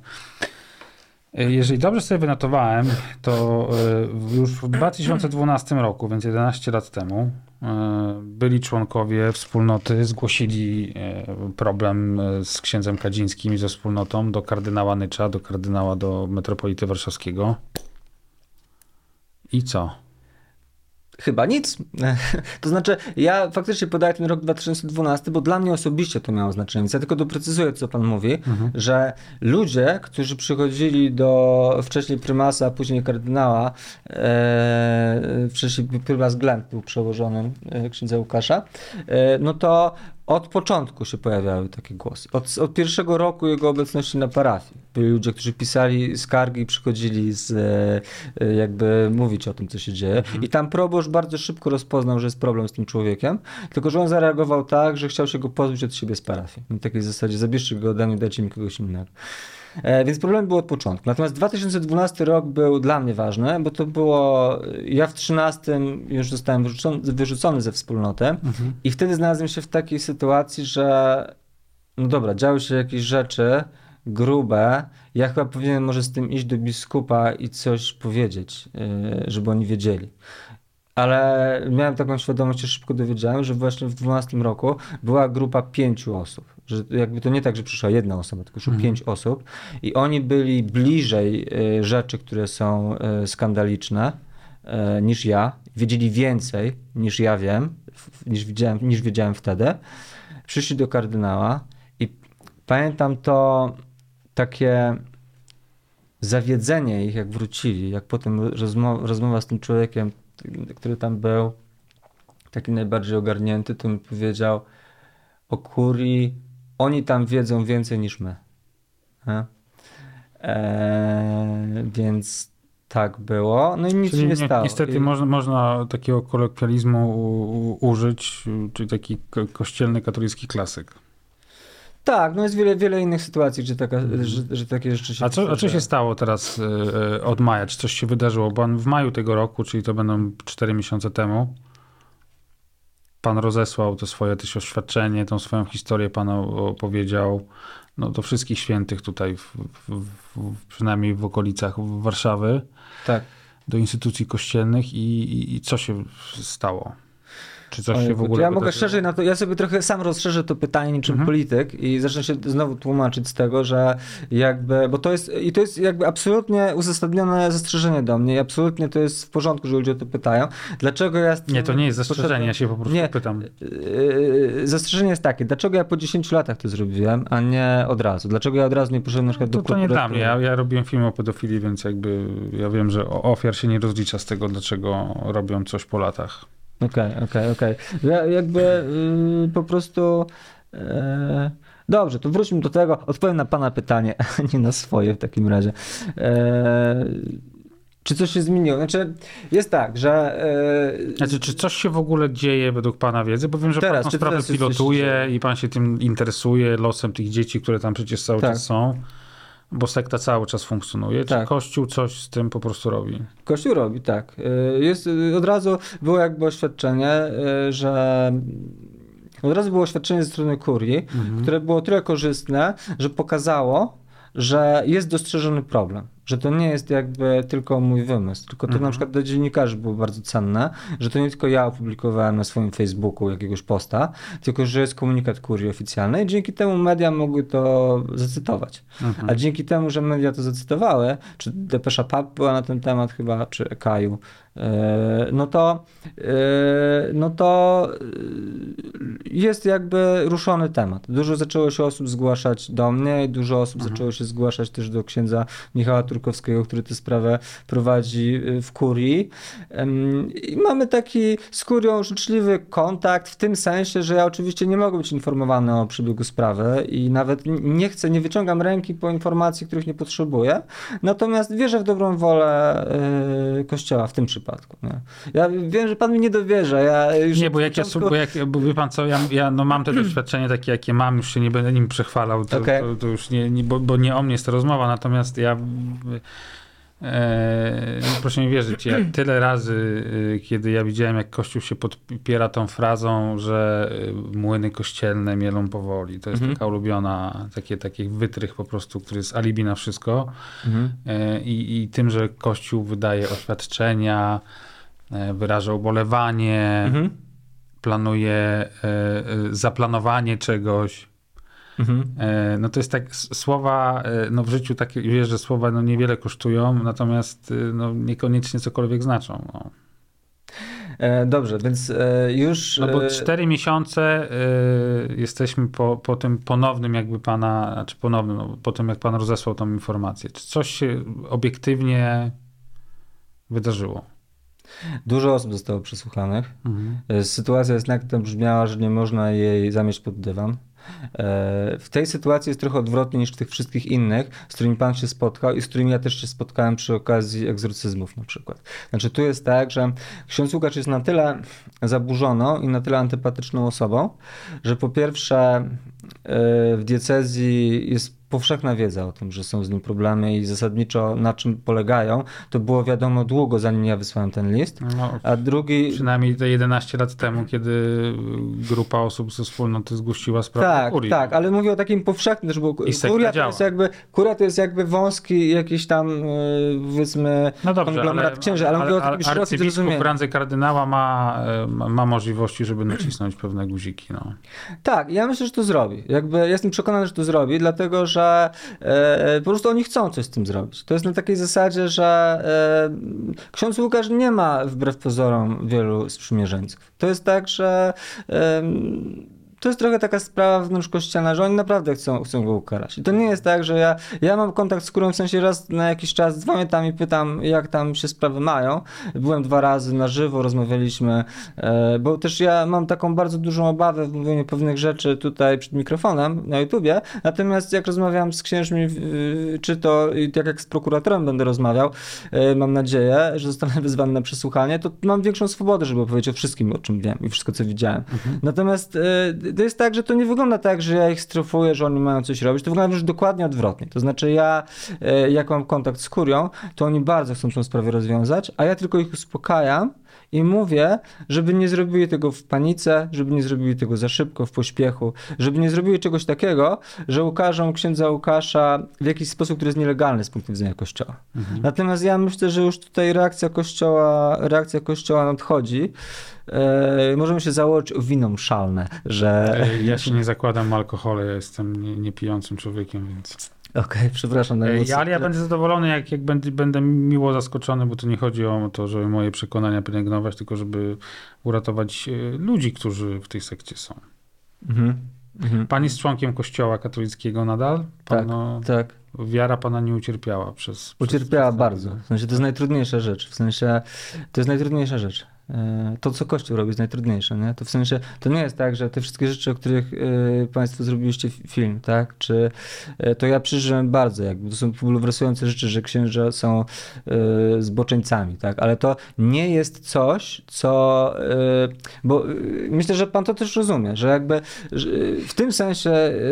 Jeżeli dobrze sobie wynotowałem, to już w dwa tysiące dwunastym roku, więc jedenaście lat temu, byli członkowie wspólnoty, zgłosili problem z księdzem Kadzińskim i ze wspólnotą do kardynała Nycza, do kardynała, do metropolity warszawskiego. I co? Chyba nic. To znaczy, ja faktycznie podaję ten rok dwa tysiące dwunasty, bo dla mnie osobiście to miało znaczenie. Więc ja tylko doprecyzuję, co pan mówi, mhm. że ludzie, którzy przychodzili do wcześniej prymasa, a później kardynała, e, wcześniej prymas Glent był przełożonym e, księdza Łukasza, e, no to od początku się pojawiały takie głosy. Od, od pierwszego roku jego obecności na parafii. Byli ludzie, którzy pisali skargi i przychodzili z, e, jakby mówić o tym, co się dzieje. Mhm. I tam proboszcz bardzo szybko rozpoznał, że jest problem z tym człowiekiem, tylko że on zareagował tak, że chciał się go pozbyć od siebie z parafii. W takiej zasadzie, zabierzcie go ode mnie, dajcie mi kogoś innego. E, więc problem był od początku. Natomiast dwa tysiące dwunasty rok był dla mnie ważny, bo to było, ja w trzynastym już zostałem wyrzucony, wyrzucony ze wspólnoty mhm. i wtedy znalazłem się w takiej sytuacji, że no dobra, działy się jakieś rzeczy grube, ja chyba powinienem może z tym iść do biskupa i coś powiedzieć, yy, żeby oni wiedzieli. Ale miałem taką świadomość, że szybko dowiedziałem, że właśnie w dwunastym roku była grupa pięciu osób. Że jakby to nie tak, że przyszła jedna osoba, tylko już mhm. pięć osób i oni byli bliżej y, rzeczy, które są y, skandaliczne y, niż ja. Wiedzieli więcej niż ja wiem, f, niż, widziałem, niż wiedziałem wtedy. Przyszli do kardynała i pamiętam to takie zawiedzenie ich, jak wrócili, jak potem rozmowa, rozmowa z tym człowiekiem, który tam był, taki najbardziej ogarnięty, to mi powiedział o kurii, oni tam wiedzą więcej niż my. Eee, więc tak było. No i nic Czyli się nie ni- stało. Niestety I... można, można takiego kolokwializmu u- użyć, czyli taki ko- kościelny katolicki klasyk. Tak, no jest wiele, wiele innych sytuacji, gdzie taka, mm. że, że takie rzeczy się A co, a co się stało teraz y, od maja? Czy coś się wydarzyło? Bo on w maju tego roku, czyli to będą cztery miesiące temu, pan rozesłał to swoje też oświadczenie, tą swoją historię pan opowiedział no, do wszystkich świętych tutaj, w, w, w, przynajmniej w okolicach Warszawy, tak. do instytucji kościelnych i, i, i co się stało? Czy coś Oj, się w ogóle ja mogę wydarzyło? szerzej na to, ja sobie trochę sam rozszerzę to pytanie niczym mhm. polityk i zacznę się znowu tłumaczyć z tego, że jakby, bo to jest, i to jest jakby absolutnie uzasadnione zastrzeżenie do mnie i absolutnie to jest w porządku, że ludzie o to pytają. Dlaczego ja... Nie, to nie jest zastrzeżenie, ja się po prostu nie, pytam. Yy, zastrzeżenie jest takie, dlaczego ja po dziesięciu latach to zrobiłem, a nie od razu? Dlaczego ja od razu nie poszedłem na przykład to, do to nie dla mnie, ja, ja robiłem film o pedofilii, więc jakby ja wiem, że ofiar się nie rozlicza z tego, dlaczego robią coś po latach. Okej, okay, okej, okay, okej. Okay. Ja jakby yy, po prostu... Yy... Dobrze, to wróćmy do tego. Odpowiem na pana pytanie, a nie na swoje w takim razie. Yy... Czy coś się zmieniło? Znaczy, jest tak, że... Yy... Znaczy, czy coś się w ogóle dzieje według pana wiedzy? Bo wiem, że teraz, pan tą sprawę pilotuje i pan się tym interesuje, losem tych dzieci, które tam przecież cały tak. czas są. Bo sekta cały czas funkcjonuje. Czy tak. Kościół coś z tym po prostu robi? Kościół robi, tak. Jest, od razu było jakby oświadczenie, że... Od razu było oświadczenie ze strony kurii, mhm. które było tyle korzystne, że pokazało, że jest dostrzeżony problem. Że to nie jest jakby tylko mój wymysł, tylko to mhm. na przykład dla dziennikarzy było bardzo cenne, że to nie tylko ja opublikowałem na swoim Facebooku jakiegoś posta, tylko że jest komunikat kurii oficjalny i dzięki temu media mogły to zacytować. Mhm. A dzięki temu, że media to zacytowały, czy Depesza Pub była na ten temat chyba, czy Ekaju, no to, no to jest jakby ruszony temat. Dużo zaczęło się osób zgłaszać do mnie i dużo osób mhm. zaczęło się zgłaszać też do księdza Michała Turkowskiego, który tę sprawę prowadzi w kurii. I mamy taki z kurią życzliwy kontakt w tym sensie, że ja oczywiście nie mogę być informowany o przebiegu sprawy i nawet nie chcę, nie wyciągam ręki po informacji, których nie potrzebuję. Natomiast wierzę w dobrą wolę Kościoła w tym przypadku. Nie? Ja wiem, że pan mi nie dowierza. Ja już nie, bo jak początku... ja, bo jak, bo wie pan co, ja, ja no mam te doświadczenie takie, jakie mam, już się nie będę nim przechwalał, to, okay. to, to już nie, nie bo, bo nie o mnie jest ta rozmowa, natomiast ja e, proszę mi wierzyć, ja tyle razy, kiedy ja widziałem, jak Kościół się podpiera tą frazą, że młyny kościelne mielą powoli, to jest mhm. taka ulubiona, takie, taki wytrych po prostu, który jest alibi na wszystko mhm. e, i, i tym, że Kościół wydaje oświadczenia, e, wyraża ubolewanie, mhm. planuje e, e, zaplanowanie czegoś. Mhm. E, no to jest tak, s- słowa, e, no w życiu takie, wiesz, że słowa no niewiele kosztują, natomiast e, no niekoniecznie cokolwiek znaczą. No. E, dobrze, więc e, już... No bo e, cztery miesiące y, jesteśmy po, po tym ponownym jakby pana, znaczy ponownym, no, po tym jak pan rozesłał tą informację. Czy coś się obiektywnie wydarzyło? Dużo osób zostało przesłuchanych. Mhm. E, Sytuacja jest tak tam brzmiała, że nie można jej zamieść pod dywan. E, W tej sytuacji jest trochę odwrotnie niż w tych wszystkich innych, z którymi pan się spotkał i z którymi ja też się spotkałem przy okazji egzorcyzmów na przykład. Znaczy tu jest tak, że ksiądz Łukasz jest na tyle zaburzoną i na tyle antypatyczną osobą, że po pierwsze e, w diecezji jest powszechna wiedza o tym, że są z nim problemy i zasadniczo na czym polegają, to było wiadomo długo, zanim ja wysłałem ten list. No, A drugi... przynajmniej te jedenaście lat temu, kiedy grupa osób ze wspólnoty zgłosiła sprawę Tak, kurii. tak, ale mówię o takim powszechnym, że było, I sekta kuria to działa. jest jakby, kuria to jest jakby wąski jakiś tam, yy, powiedzmy, No dobrze, konglomerat ale, księży, ale, ale, mówię o ale takim szerokim arcybiskup w zrozumieniu. randze kardynała ma, e, ma ma możliwości, żeby nacisnąć pewne guziki. No. Tak, ja myślę, że to zrobi. Jakby ja jestem przekonany, że to zrobi, dlatego że e, po prostu oni chcą coś z tym zrobić. To jest na takiej zasadzie, że e, ksiądz Łukasz nie ma wbrew pozorom wielu sprzymierzeńców. To jest tak, że e, to jest trochę taka sprawa wewnątrz kościelna, że oni naprawdę chcą, chcą go ukarać. I to nie jest tak, że ja, ja mam kontakt z kurą, w sensie raz na jakiś czas dzwonię tam i pytam, jak tam się sprawy mają. Byłem dwa razy na żywo, rozmawialiśmy, e, bo też ja mam taką bardzo dużą obawę w mówieniu pewnych rzeczy tutaj przed mikrofonem na YouTubie, natomiast jak rozmawiam z księżmi, e, czy to jak, jak z prokuratorem będę rozmawiał, e, mam nadzieję, że zostanę wyzwany na przesłuchanie, to mam większą swobodę, żeby opowiedzieć o wszystkim, o czym wiem i wszystko, co widziałem. Mhm. Natomiast e, to jest tak, że to nie wygląda tak, że ja ich strefuję, że oni mają coś robić. To wygląda już dokładnie odwrotnie. To znaczy ja, jak mam kontakt z kurią, to oni bardzo chcą tę sprawę rozwiązać, a ja tylko ich uspokajam i mówię, żeby nie zrobili tego w panice, żeby nie zrobili tego za szybko, w pośpiechu, żeby nie zrobili czegoś takiego, że ukażą księdza Łukasza w jakiś sposób, który jest nielegalny z punktu widzenia Kościoła. Mhm. Natomiast ja myślę, że już tutaj reakcja Kościoła, reakcja Kościoła nadchodzi. Eee, możemy się założyć o wino szalne, że... Ja się nie zakładam alkoholu, ja jestem nie, niepijącym człowiekiem, więc... Okej, okay, przepraszam. Ja, ale ja będę zadowolony, jak, jak będę, będę miło zaskoczony, bo to nie chodzi o to, żeby moje przekonania pielęgnować, tylko żeby uratować ludzi, którzy w tej sekcie są. Mhm. Pan jest członkiem Kościoła katolickiego nadal? Pan, tak, no, tak. Wiara pana nie ucierpiała przez... Ucierpiała przez bardzo. W sensie to jest najtrudniejsza rzecz. W sensie to jest najtrudniejsza rzecz. To, co Kościół robi, jest najtrudniejsze. Nie? To w sensie, to nie jest tak, że te wszystkie rzeczy, o których y, państwo zrobiliście film, tak? Czy y, to ja przeżyłem bardzo, jakby to są bulwersujące rzeczy, że księża są y, zboczeńcami, tak? Ale to nie jest coś, co, y, bo y, myślę, że pan to też rozumie, że jakby że w tym sensie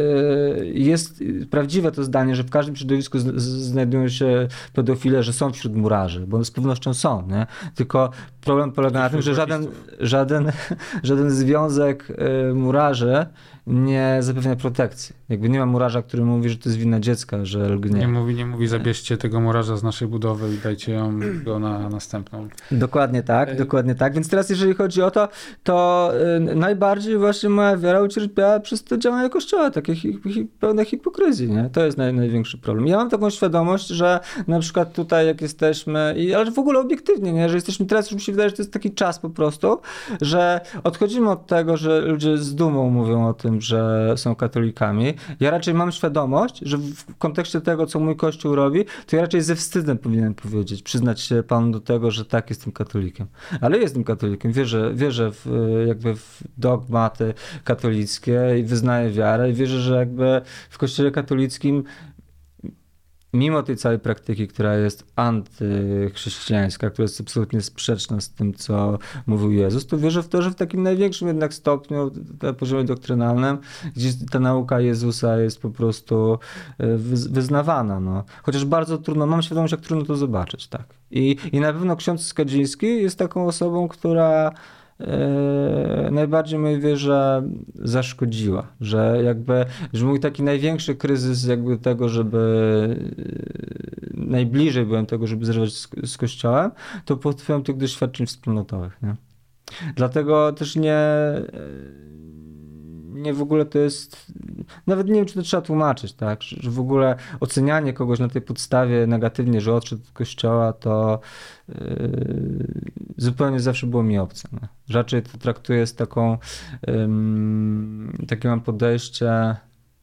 y, jest prawdziwe to zdanie, że w każdym środowisku z, z, znajdują się pedofile, że są wśród murarzy, bo z pewnością są, nie? Tylko problem polega na tym, że żaden, żaden, żaden związek y, murarzy nie zapewnia protekcji. Jakby nie ma murarza, który mówi, że to jest wina dziecka, że lgnie. Nie mówi, nie mówi, zabierzcie tego murarza z naszej budowy i dajcie ją go na następną. Dokładnie tak, y- dokładnie tak. Więc teraz jeżeli chodzi o to, to y, najbardziej właśnie moja wiara ucierpiała przez to działanie Kościoła, takie hi, hi, pełne hipokryzji, nie? To jest naj, największy problem. Ja mam taką świadomość, że na przykład tutaj jak jesteśmy, i, ale w ogóle obiektywnie, nie? Że jesteśmy teraz, już mi się wydaje, że to jest taki czas po prostu, że odchodzimy od tego, że ludzie z dumą mówią o tym, że są katolikami. Ja raczej mam świadomość, że w kontekście tego, co mój Kościół robi, to ja raczej ze wstydem powinienem powiedzieć, przyznać się panu do tego, że tak, jestem katolikiem. Ale jestem katolikiem, wierzę, wierzę w, jakby w dogmaty katolickie i wyznaję wiarę i wierzę, że jakby w Kościele katolickim mimo tej całej praktyki, która jest antychrześcijańska, która jest absolutnie sprzeczna z tym, co mówił Jezus, to wierzę w to, że w takim największym jednak stopniu, na poziomie doktrynalnym, gdzie ta nauka Jezusa jest po prostu wyznawana. No. Chociaż bardzo trudno, mam świadomość, jak trudno to zobaczyć. Tak. I, i na pewno ksiądz Skadziński jest taką osobą, która Yy, najbardziej mojej wierze zaszkodziła, że jakby, że mój taki największy kryzys jakby tego, żeby yy, najbliżej byłem tego, żeby zerwać z, z Kościołem, to pod wpływem tych doświadczeń wspólnotowych, nie? Dlatego też nie, nie w ogóle to jest, nawet nie wiem, czy to trzeba tłumaczyć, tak, że w ogóle ocenianie kogoś na tej podstawie negatywnie, że odszedł od kościoła, to yy, zupełnie zawsze było mi obce. Nie? Raczej to traktuję z taką, yy, takie mam podejście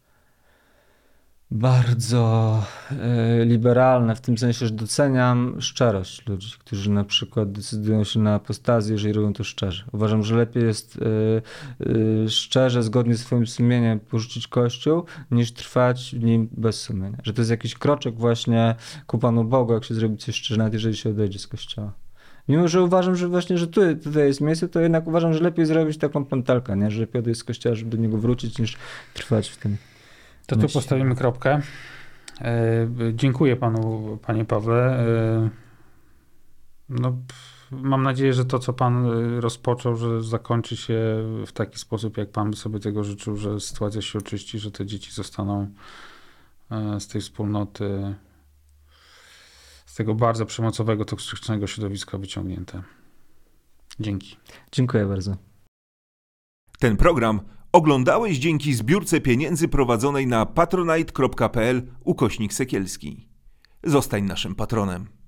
bardzo y, liberalne, w tym sensie, że doceniam szczerość ludzi, którzy na przykład decydują się na apostazję, jeżeli robią to szczerze. Uważam, że lepiej jest y, y, szczerze, zgodnie z swoim sumieniem porzucić Kościół, niż trwać w nim bez sumienia. Że to jest jakiś kroczek właśnie ku Panu Bogu, jak się zrobi coś szczerze, nawet jeżeli się odejdzie z Kościoła. Mimo, że uważam, że właśnie, że tu, tutaj jest miejsce, to jednak uważam, że lepiej zrobić taką pętelkę, nie? Że lepiej odejść z Kościoła, żeby do niego wrócić, niż trwać w tym. To tu postawimy kropkę. E, dziękuję panu, panie Pawle. E, no, mam nadzieję, że to, co pan rozpoczął, że zakończy się w taki sposób, jak pan by sobie tego życzył, że sytuacja się oczyści, że te dzieci zostaną z tej wspólnoty, z tego bardzo przemocowego, toksycznego środowiska wyciągnięte. Dzięki. Dziękuję bardzo. Ten program oglądałeś dzięki zbiórce pieniędzy prowadzonej na patronite kropka pl ukośnik Sekielski. Zostań naszym patronem.